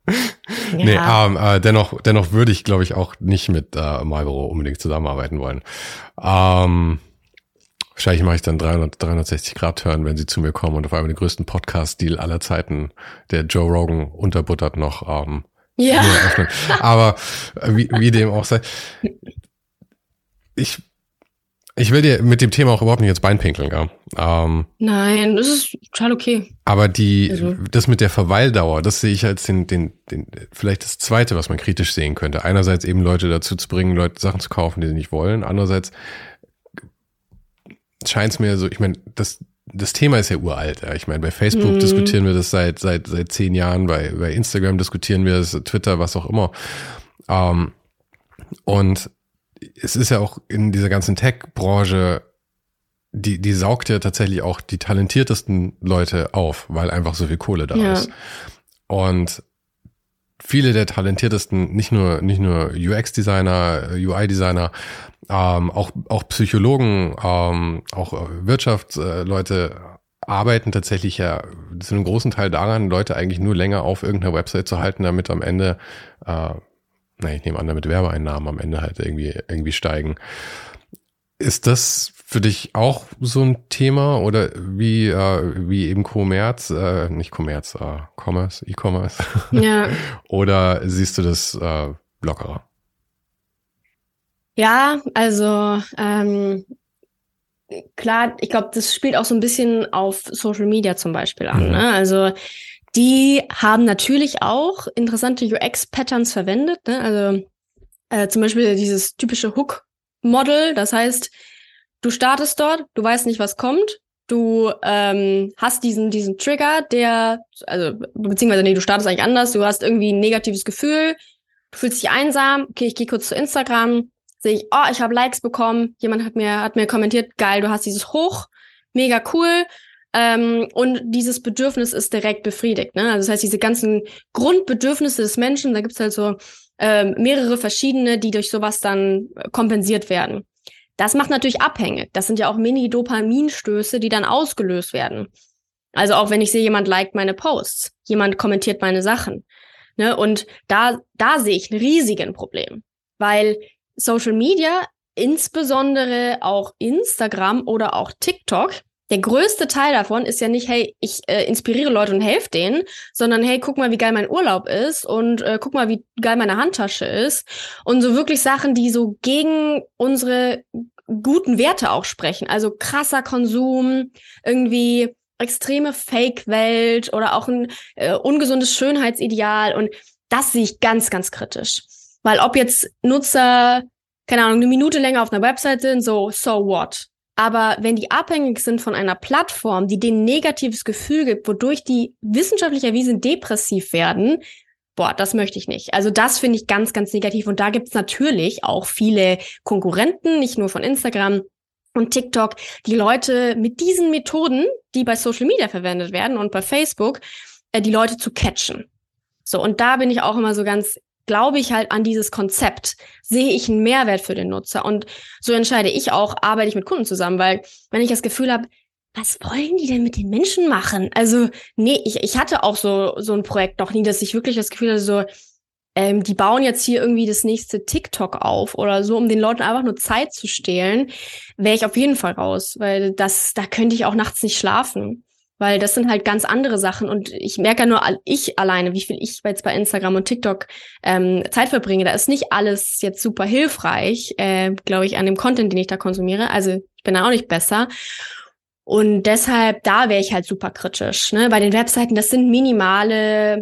Ja. Nee, ähm, äh, dennoch, dennoch würde ich, glaube ich, auch nicht mit äh, Marlboro unbedingt zusammenarbeiten wollen. Ähm, Wahrscheinlich mache ich dann dreihundert, dreihundertsechzig Grad Turn, wenn sie zu mir kommen und auf einmal den größten Podcast-Deal aller Zeiten, der Joe Rogan unterbuttert, noch ähm, ja. öffnen. Aber äh, wie, wie dem auch sei, ich ich will dir mit dem Thema auch überhaupt nicht ins Bein pinkeln, ja. Ähm, Nein, das ist total okay. Aber die also. das mit der Verweildauer, das sehe ich als den den den vielleicht das Zweite, was man kritisch sehen könnte. Einerseits eben Leute dazu zu bringen, Leute Sachen zu kaufen, die sie nicht wollen. Andererseits scheint es mir so, ich meine, das das Thema ist ja uralt. Ja. Ich meine, bei Facebook mm. diskutieren wir das seit seit seit zehn Jahren, bei bei Instagram diskutieren wir das, Twitter, was auch immer. Ähm, und es ist ja auch in dieser ganzen Tech-Branche, die die saugt ja tatsächlich auch die talentiertesten Leute auf, weil einfach so viel Kohle da ja. ist. Und viele der talentiertesten, nicht nur nicht nur U X-Designer, U I-Designer, ähm, auch auch Psychologen, ähm, auch Wirtschaftsleute arbeiten tatsächlich ja zu einem großen Teil daran, Leute eigentlich nur länger auf irgendeiner Website zu halten, damit am Ende, äh, na ich nehme an, damit Werbeeinnahmen am Ende halt irgendwie irgendwie steigen. Ist das für dich auch so ein Thema oder wie äh, wie eben Commerz, äh, nicht Commerz, äh, Commerce, E-Commerce? Ja. Oder siehst du das äh, lockerer? Ja, also ähm, klar, ich glaube, das spielt auch so ein bisschen auf Social Media zum Beispiel an. Mhm. Ne? Also die haben natürlich auch interessante U X-Patterns verwendet. Ne? Also äh, zum Beispiel dieses typische Hook-Model. Das heißt, du startest dort, du weißt nicht, was kommt. Du ähm, hast diesen diesen Trigger, der, also beziehungsweise nee, du startest eigentlich anders. Du hast irgendwie ein negatives Gefühl. Du fühlst dich einsam. Okay, ich gehe kurz zu Instagram. Sehe ich, oh, ich habe Likes bekommen. Jemand hat mir hat mir kommentiert, geil, du hast dieses Hoch, mega cool. Ähm, und dieses Bedürfnis ist direkt befriedigt. Ne? Also das heißt, diese ganzen Grundbedürfnisse des Menschen, da gibt's halt so ähm, mehrere verschiedene, die durch sowas dann kompensiert werden. Das macht natürlich abhängig. Das sind ja auch Mini-Dopaminstöße, die dann ausgelöst werden. Also auch wenn ich sehe, jemand liked meine Posts, jemand kommentiert meine Sachen. Ne? Und da da sehe ich ein riesiges Problem, weil Social Media, insbesondere auch Instagram oder auch TikTok, der größte Teil davon ist ja nicht, hey, ich äh, inspiriere Leute und helfe denen, sondern hey, guck mal, wie geil mein Urlaub ist und äh, guck mal, wie geil meine Handtasche ist. Und so wirklich Sachen, die so gegen unsere guten Werte auch sprechen. Also krasser Konsum, irgendwie extreme Fake-Welt oder auch ein äh, ungesundes Schönheitsideal. Und das sehe ich ganz, ganz kritisch. Weil ob jetzt Nutzer, keine Ahnung, eine Minute länger auf einer Website sind, so, so what? Aber wenn die abhängig sind von einer Plattform, die denen negatives Gefühl gibt, wodurch die wissenschaftlich erwiesen depressiv werden, boah, das möchte ich nicht. Also das finde ich ganz, ganz negativ. Und da gibt's natürlich auch viele Konkurrenten, nicht nur von Instagram und TikTok, die Leute mit diesen Methoden, die bei Social Media verwendet werden und bei Facebook, äh, die Leute zu catchen. So, und da bin ich auch immer so ganz, glaube ich halt an dieses Konzept. Sehe ich einen Mehrwert für den Nutzer? Und so entscheide ich auch, arbeite ich mit Kunden zusammen, weil wenn ich das Gefühl habe, was wollen die denn mit den Menschen machen? Also, nee, ich, ich hatte auch so, so ein Projekt noch nie, dass ich wirklich das Gefühl hatte, so, ähm, die bauen jetzt hier irgendwie das nächste TikTok auf oder so, um den Leuten einfach nur Zeit zu stehlen, wäre ich auf jeden Fall raus, weil das, da könnte ich auch nachts nicht schlafen, weil das sind halt ganz andere Sachen und ich merke ja nur, ich alleine, wie viel ich jetzt bei Instagram und TikTok ähm, Zeit verbringe, da ist nicht alles jetzt super hilfreich, äh, glaube ich, an dem Content, den ich da konsumiere, also ich bin da auch nicht besser. Und deshalb, da wäre ich halt super kritisch. Ne? Bei den Webseiten, das sind minimale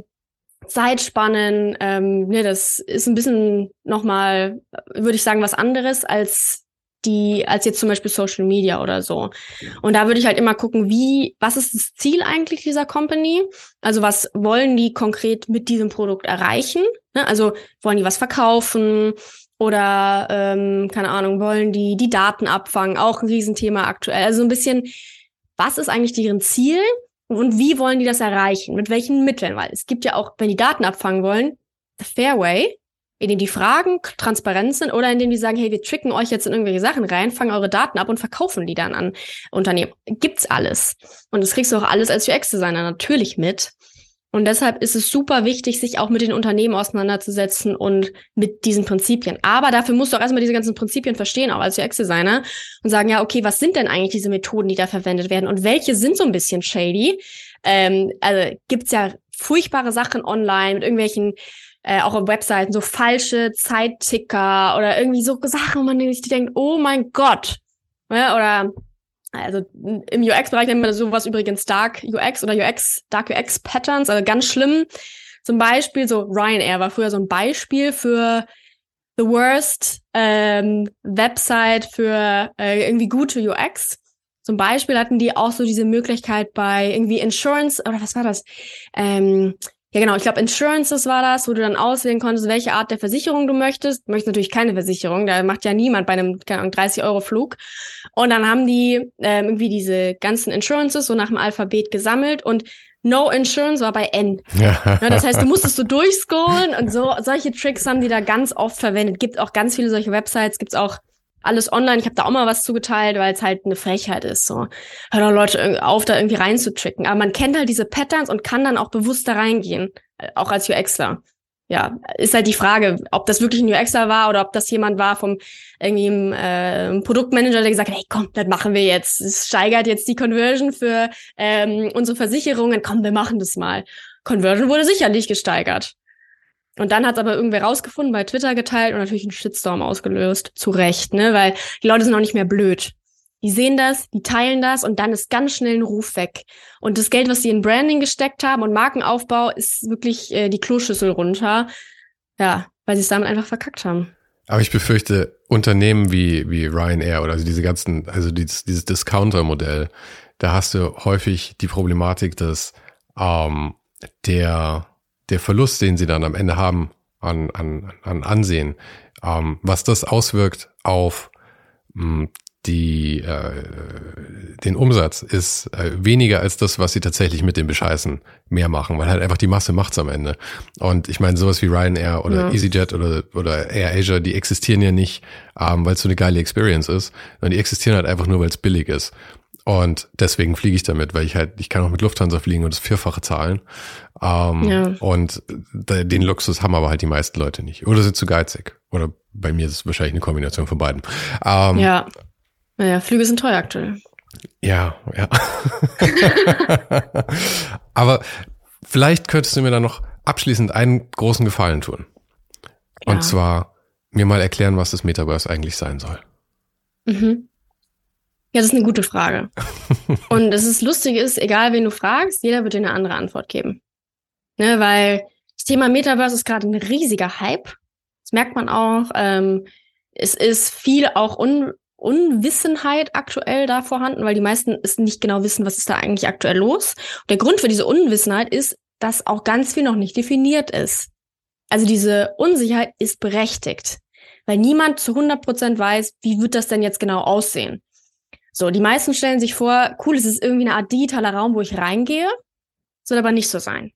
Zeitspannen. Ähm, ne, das ist ein bisschen nochmal, würde ich sagen, was anderes als die, als jetzt zum Beispiel Social Media oder so. Und da würde ich halt immer gucken, wie, was ist das Ziel eigentlich dieser Company? Also was wollen die konkret mit diesem Produkt erreichen? Ne? Also wollen die was verkaufen? Oder, ähm, keine Ahnung, wollen die die Daten abfangen? Auch ein Riesenthema aktuell. Also ein bisschen, was ist eigentlich deren Ziel und wie wollen die das erreichen? Mit welchen Mitteln? Weil es gibt ja auch, wenn die Daten abfangen wollen, the fair way, indem die Fragen transparent sind oder indem die sagen, hey, wir tricken euch jetzt in irgendwelche Sachen rein, fangen eure Daten ab und verkaufen die dann an Unternehmen. Gibt's alles. Und das kriegst du auch alles als U X-Designer natürlich mit. Und deshalb ist es super wichtig, sich auch mit den Unternehmen auseinanderzusetzen und mit diesen Prinzipien. Aber dafür musst du auch erstmal diese ganzen Prinzipien verstehen, auch als U X-Designer, und sagen, ja, okay, was sind denn eigentlich diese Methoden, die da verwendet werden und welche sind so ein bisschen shady? Ähm, also gibt's ja furchtbare Sachen online mit irgendwelchen, äh, auch auf Webseiten, so falsche Zeitticker oder irgendwie so Sachen, wo man sich denkt, oh mein Gott. Ja, oder also im U X-Bereich nennt man sowas übrigens Dark U X oder U X, Dark U X Patterns, also ganz schlimm. Zum Beispiel so Ryanair war früher so ein Beispiel für the worst ähm, Website für äh, irgendwie gute U X. Zum Beispiel hatten die auch so diese Möglichkeit bei irgendwie Insurance, oder was war das? Ähm, ja genau, ich glaube Insurances war das, wo du dann auswählen konntest, welche Art der Versicherung du möchtest. Du möchtest natürlich keine Versicherung, da macht ja niemand bei einem, keine Ahnung, dreißig Euro Flug. Und dann haben die ähm, irgendwie diese ganzen Insurances so nach dem Alphabet gesammelt und No Insurance war bei N. Ja. Ja, das heißt, du musstest so durchscrollen und so. Solche Tricks haben die da ganz oft verwendet. Gibt auch ganz viele solche Websites, gibt's auch alles online. Ich habe da auch mal was zugeteilt, weil es halt eine Frechheit ist. So, hör doch Leute auf, da irgendwie reinzutricken. Aber man kennt halt diese Patterns und kann dann auch bewusst da reingehen, auch als UXler. Ja, ist halt die Frage, ob das wirklich ein UXler war oder ob das jemand war vom irgendwie ein, äh, ein Produktmanager, der gesagt hat, hey, komm, das machen wir jetzt. Es steigert jetzt die Conversion für ähm, unsere Versicherungen. Komm, wir machen das mal. Conversion wurde sicherlich gesteigert. Und dann hat es aber irgendwer rausgefunden, bei Twitter geteilt und natürlich einen Shitstorm ausgelöst. Zu Recht, ne? Weil die Leute sind auch nicht mehr blöd. Die sehen das, die teilen das und dann ist ganz schnell ein Ruf weg. Und das Geld, was sie in Branding gesteckt haben und Markenaufbau, ist wirklich äh, die Kloschüssel runter. Ja, weil sie es damit einfach verkackt haben. Aber ich befürchte, Unternehmen wie wie Ryanair oder also diese ganzen, also dieses, dieses Discounter-Modell, da hast du häufig die Problematik, dass ähm, der der Verlust, den sie dann am Ende haben an an an Ansehen, ähm, was das auswirkt auf mh, die äh, den Umsatz, ist äh, weniger als das, was sie tatsächlich mit dem Bescheißen mehr machen, weil halt einfach die Masse macht's am Ende. Und ich meine, sowas wie Ryanair oder ja. EasyJet oder oder Air Asia, die existieren ja nicht, ähm, weil es so eine geile Experience ist, sondern die existieren halt einfach nur, weil es billig ist. Und deswegen fliege ich damit, weil ich halt, ich kann auch mit Lufthansa fliegen und das Vierfache zahlen. Ähm, ja. Und den Luxus haben aber halt die meisten Leute nicht. Oder sind zu geizig. Oder bei mir ist es wahrscheinlich eine Kombination von beiden. Ähm, ja. Naja, Flüge sind teuer aktuell. Ja, ja. Aber vielleicht könntest du mir dann noch abschließend einen großen Gefallen tun. Ja. Und zwar mir mal erklären, was das Metaverse eigentlich sein soll. Mhm. Ja, das ist eine gute Frage. Und das ist Lustige ist, egal wen du fragst, jeder wird dir eine andere Antwort geben. Ne, weil das Thema Metaverse ist gerade ein riesiger Hype. Das merkt man auch. Ähm, es ist viel auch Un- Unwissenheit aktuell da vorhanden, weil die meisten es nicht genau wissen, was ist da eigentlich aktuell los. Und der Grund für diese Unwissenheit ist, dass auch ganz viel noch nicht definiert ist. Also diese Unsicherheit ist berechtigt, weil niemand zu hundert Prozent weiß, wie wird das denn jetzt genau aussehen. So, die meisten stellen sich vor, cool, es ist irgendwie eine Art digitaler Raum, wo ich reingehe, soll aber nicht so sein.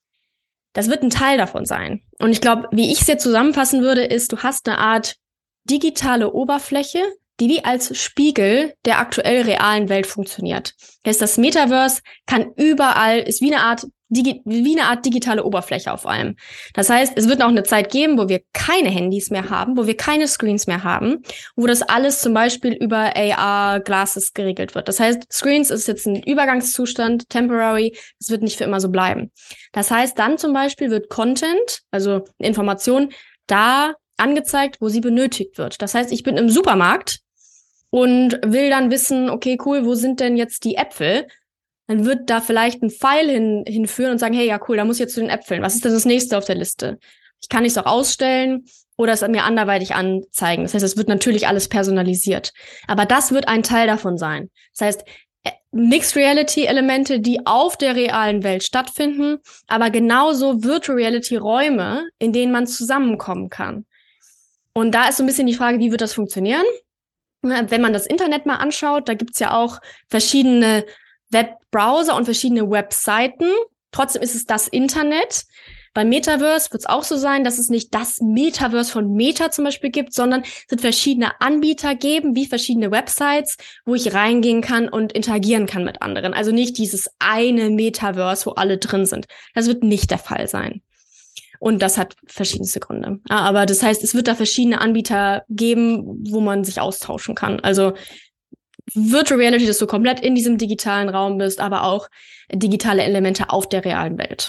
Das wird ein Teil davon sein. Und ich glaube, wie ich es jetzt zusammenfassen würde, ist, du hast eine Art digitale Oberfläche, die wie als Spiegel der aktuell realen Welt funktioniert. Das heißt, das Metaverse kann überall, ist wie eine Art Digi- wie eine Art digitale Oberfläche auf allem. Das heißt, es wird auch eine Zeit geben, wo wir keine Handys mehr haben, wo wir keine Screens mehr haben, wo das alles zum Beispiel über A R-Glasses geregelt wird. Das heißt, Screens ist jetzt ein Übergangszustand, temporary, es wird nicht für immer so bleiben. Das heißt, dann zum Beispiel wird Content, also Information, da angezeigt, wo sie benötigt wird. Das heißt, ich bin im Supermarkt und will dann wissen, okay, cool, wo sind denn jetzt die Äpfel? Dann wird da vielleicht ein Pfeil hin, hinführen und sagen, hey, ja cool, da muss ich jetzt zu den Äpfeln. Was ist denn das nächste auf der Liste? Ich kann es auch ausstellen oder es mir anderweitig anzeigen. Das heißt, es wird natürlich alles personalisiert. Aber das wird ein Teil davon sein. Das heißt, Mixed Reality Elemente, die auf der realen Welt stattfinden, aber genauso Virtual Reality Räume, in denen man zusammenkommen kann. Und da ist so ein bisschen die Frage, wie wird das funktionieren? Wenn man das Internet mal anschaut, da gibt's ja auch verschiedene Webbrowser und verschiedene Webseiten. Trotzdem ist es das Internet. Beim Metaverse wird es auch so sein, dass es nicht das Metaverse von Meta zum Beispiel gibt, sondern es wird verschiedene Anbieter geben, wie verschiedene Websites, wo ich reingehen kann und interagieren kann mit anderen. Also nicht dieses eine Metaverse, wo alle drin sind. Das wird nicht der Fall sein. Und das hat verschiedenste Gründe. Aber das heißt, es wird da verschiedene Anbieter geben, wo man sich austauschen kann. Also Virtual Reality, dass du komplett in diesem digitalen Raum bist, aber auch digitale Elemente auf der realen Welt.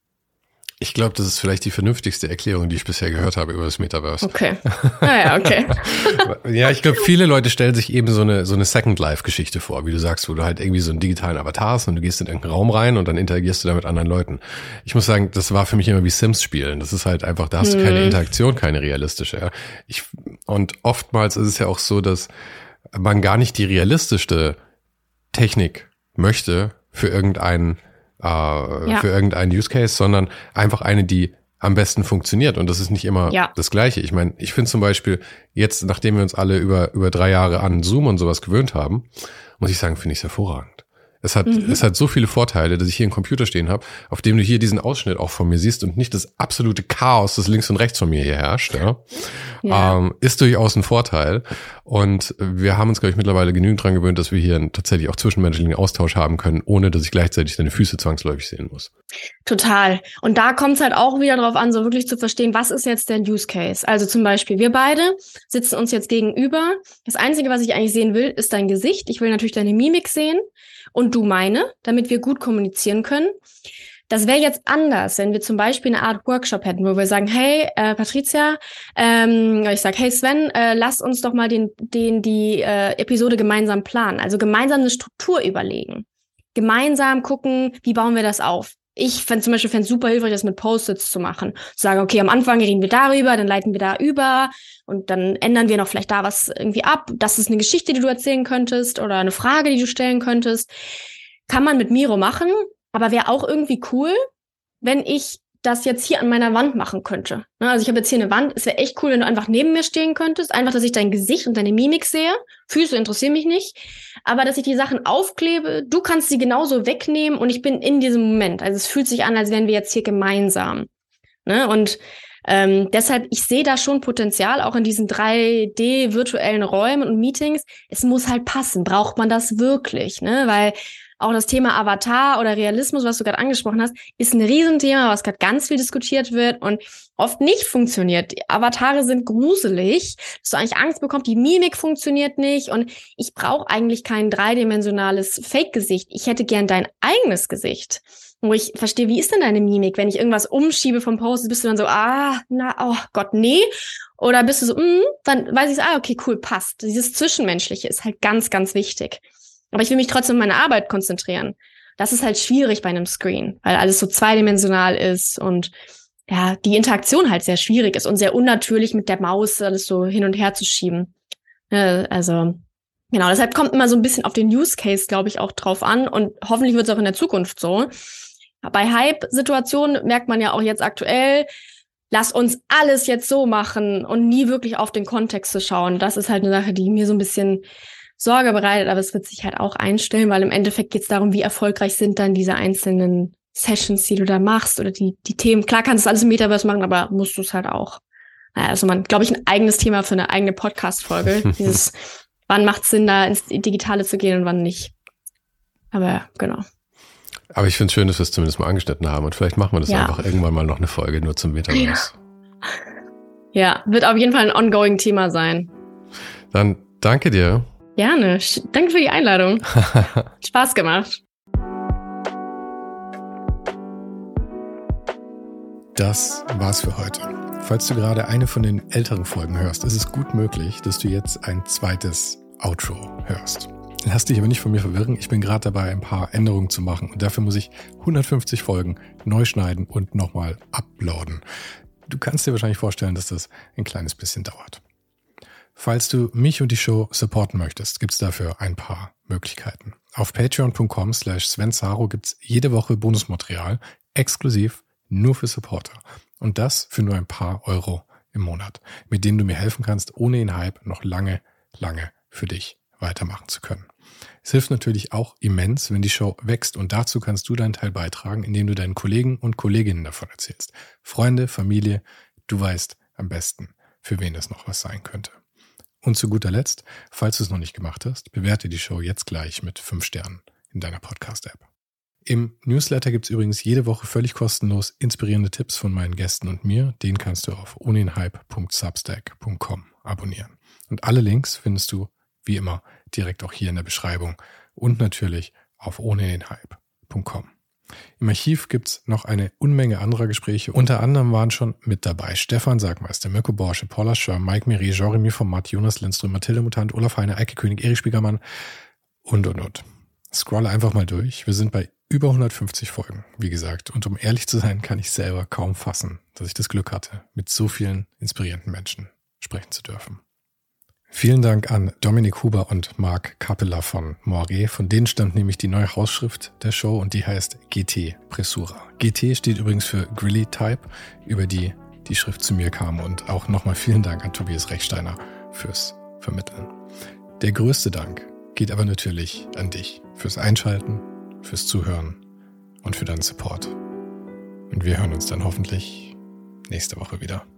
Ich glaube, das ist vielleicht die vernünftigste Erklärung, die ich bisher gehört habe über das Metaverse. Okay. Naja, okay. Ja, ich glaube, viele Leute stellen sich eben so eine so eine Second Life-Geschichte vor, wie du sagst, wo du halt irgendwie so einen digitalen Avatar hast und du gehst in irgendeinen Raum rein und dann interagierst du da mit anderen Leuten. Ich muss sagen, das war für mich immer wie Sims spielen. Das ist halt einfach, da hast du keine Interaktion, keine realistische. Ja. Ich, und oftmals ist es ja auch so, dass man gar nicht die realistischste Technik möchte für irgendeinen äh, ja. für irgendeinen Use Case, sondern einfach eine, die am besten funktioniert. Und das ist nicht immer ja. das Gleiche. Ich meine, ich finde zum Beispiel jetzt, nachdem wir uns alle über über drei Jahre an Zoom und sowas gewöhnt haben, muss ich sagen, finde ich es hervorragend. Es hat, mhm. es hat so viele Vorteile, dass ich hier einen Computer stehen habe, auf dem du hier diesen Ausschnitt auch von mir siehst und nicht das absolute Chaos, das links und rechts von mir hier herrscht. Ja. Ja. Ähm, ist durchaus ein Vorteil. Und wir haben uns, glaube ich, mittlerweile genügend dran gewöhnt, dass wir hier einen, tatsächlich auch zwischenmenschlichen Austausch haben können, ohne dass ich gleichzeitig deine Füße zwangsläufig sehen muss. Total. Und da kommt es halt auch wieder drauf an, so wirklich zu verstehen, was ist jetzt der Use Case? Also zum Beispiel, wir beide sitzen uns jetzt gegenüber. Das Einzige, was ich eigentlich sehen will, ist dein Gesicht. Ich will natürlich deine Mimik sehen. Und du meine, damit wir gut kommunizieren können. Das wäre jetzt anders, wenn wir zum Beispiel eine Art Workshop hätten, wo wir sagen, hey, äh, Patricia, ähm, ich sag, hey Sven, äh, lass uns doch mal den, den die äh, Episode gemeinsam planen. Also gemeinsam eine Struktur überlegen. Gemeinsam gucken, wie bauen wir das auf. Ich fände zum Beispiel fände super hilfreich, das mit Post-its zu machen. Zu sagen, okay, am Anfang reden wir darüber, dann leiten wir da über und dann ändern wir noch vielleicht da was irgendwie ab. Das ist eine Geschichte, die du erzählen könntest oder eine Frage, die du stellen könntest. Kann man mit Miro machen, aber wäre auch irgendwie cool, wenn ich das jetzt hier an meiner Wand machen könnte. Also ich habe jetzt hier eine Wand, es wäre echt cool, wenn du einfach neben mir stehen könntest, einfach, dass ich dein Gesicht und deine Mimik sehe. Füße interessieren mich nicht, aber dass ich die Sachen aufklebe, du kannst sie genauso wegnehmen und ich bin in diesem Moment. Also es fühlt sich an, als wären wir jetzt hier gemeinsam. Ne? Und ähm, deshalb, ich sehe da schon Potenzial, auch in diesen drei D virtuellen Räumen und Meetings. Es muss halt passen. Braucht man das wirklich? Ne? Weil auch das Thema Avatar oder Realismus, was du gerade angesprochen hast, ist ein Riesenthema, was gerade ganz viel diskutiert wird und oft nicht funktioniert. Die Avatare sind gruselig, dass du eigentlich Angst bekommst, die Mimik funktioniert nicht und ich brauche eigentlich kein dreidimensionales Fake-Gesicht. Ich hätte gern dein eigenes Gesicht, wo ich verstehe, wie ist denn deine Mimik? Wenn ich irgendwas umschiebe vom Post, bist du dann so, ah, na, oh Gott, nee. Oder bist du so, mm, dann weiß ich, ah, okay, cool, passt. Dieses Zwischenmenschliche ist halt ganz, ganz wichtig. Aber ich will mich trotzdem auf meine Arbeit konzentrieren. Das ist halt schwierig bei einem Screen, weil alles so zweidimensional ist und ja, die Interaktion halt sehr schwierig ist und sehr unnatürlich mit der Maus alles so hin und her zu schieben. Also, genau, deshalb kommt immer so ein bisschen auf den Use Case, glaube ich, auch drauf an und hoffentlich wird es auch in der Zukunft so. Bei Hype-Situationen merkt man ja auch jetzt aktuell, lass uns alles jetzt so machen und nie wirklich auf den Kontext zu schauen. Das ist halt eine Sache, die mir so ein bisschen Sorge bereitet, aber es wird sich halt auch einstellen, weil im Endeffekt geht es darum, wie erfolgreich sind dann diese einzelnen Sessions, die du da machst oder die die Themen. Klar kannst du alles im Metaverse machen, aber musst du es halt auch. Also man, glaube ich, ein eigenes Thema für eine eigene Podcast-Folge. Dieses, wann macht es Sinn, da ins Digitale zu gehen und wann nicht. Aber genau. Aber ich finde es schön, dass wir es zumindest mal angeschnitten haben und vielleicht machen wir das ja. einfach irgendwann mal noch eine Folge nur zum Metaverse. Ja, wird auf jeden Fall ein ongoing Thema sein. Dann danke dir. Gerne. Danke für die Einladung. Spaß gemacht. Das war's für heute. Falls du gerade eine von den älteren Folgen hörst, ist es gut möglich, dass du jetzt ein zweites Outro hörst. Lass dich aber nicht von mir verwirren. Ich bin gerade dabei, ein paar Änderungen zu machen und dafür muss ich hundertfünfzig Folgen neu schneiden und nochmal uploaden. Du kannst dir wahrscheinlich vorstellen, dass das ein kleines bisschen dauert. Falls du mich und die Show supporten möchtest, gibt's dafür ein paar Möglichkeiten. Auf patreon.com slash Sven Saro gibt's jede Woche Bonusmaterial, exklusiv nur für Supporter. Und das für nur ein paar Euro im Monat, mit denen du mir helfen kannst, ohne den Hype noch lange, lange für dich weitermachen zu können. Es hilft natürlich auch immens, wenn die Show wächst und dazu kannst du deinen Teil beitragen, indem du deinen Kollegen und Kolleginnen davon erzählst. Freunde, Familie, du weißt am besten, für wen das noch was sein könnte. Und zu guter Letzt, falls du es noch nicht gemacht hast, bewerte die Show jetzt gleich mit fünf Sternen in deiner Podcast-App. Im Newsletter gibt es übrigens jede Woche völlig kostenlos inspirierende Tipps von meinen Gästen und mir. Den kannst du auf ohnenhype punkt substack punkt com abonnieren. Und alle Links findest du, wie immer, direkt auch hier in der Beschreibung und natürlich auf ohnenhype punkt com. Im Archiv gibt's noch eine Unmenge anderer Gespräche. Unter anderem waren schon mit dabei Stefan Sagmeister, Mirko Borsche, Paula Schör, Mike Miri, Jeremy Format, Jonas Lindström, Mathilde Mutant, Olaf Heine, Eike König, Erich Spiegermann und, und, und. Scrolle einfach mal durch. Wir sind bei über hundertfünfzig Folgen, wie gesagt. Und um ehrlich zu sein, kann ich selber kaum fassen, dass ich das Glück hatte, mit so vielen inspirierenden Menschen sprechen zu dürfen. Vielen Dank an Dominik Huber und Marc Capella von Moiré. Von denen stammt nämlich die neue Hausschrift der Show und die heißt G T Pressura. G T steht übrigens für Grilly Type, über die die Schrift zu mir kam. Und auch nochmal vielen Dank an Tobias Rechsteiner fürs Vermitteln. Der größte Dank geht aber natürlich an dich fürs Einschalten, fürs Zuhören und für deinen Support. Und wir hören uns dann hoffentlich nächste Woche wieder.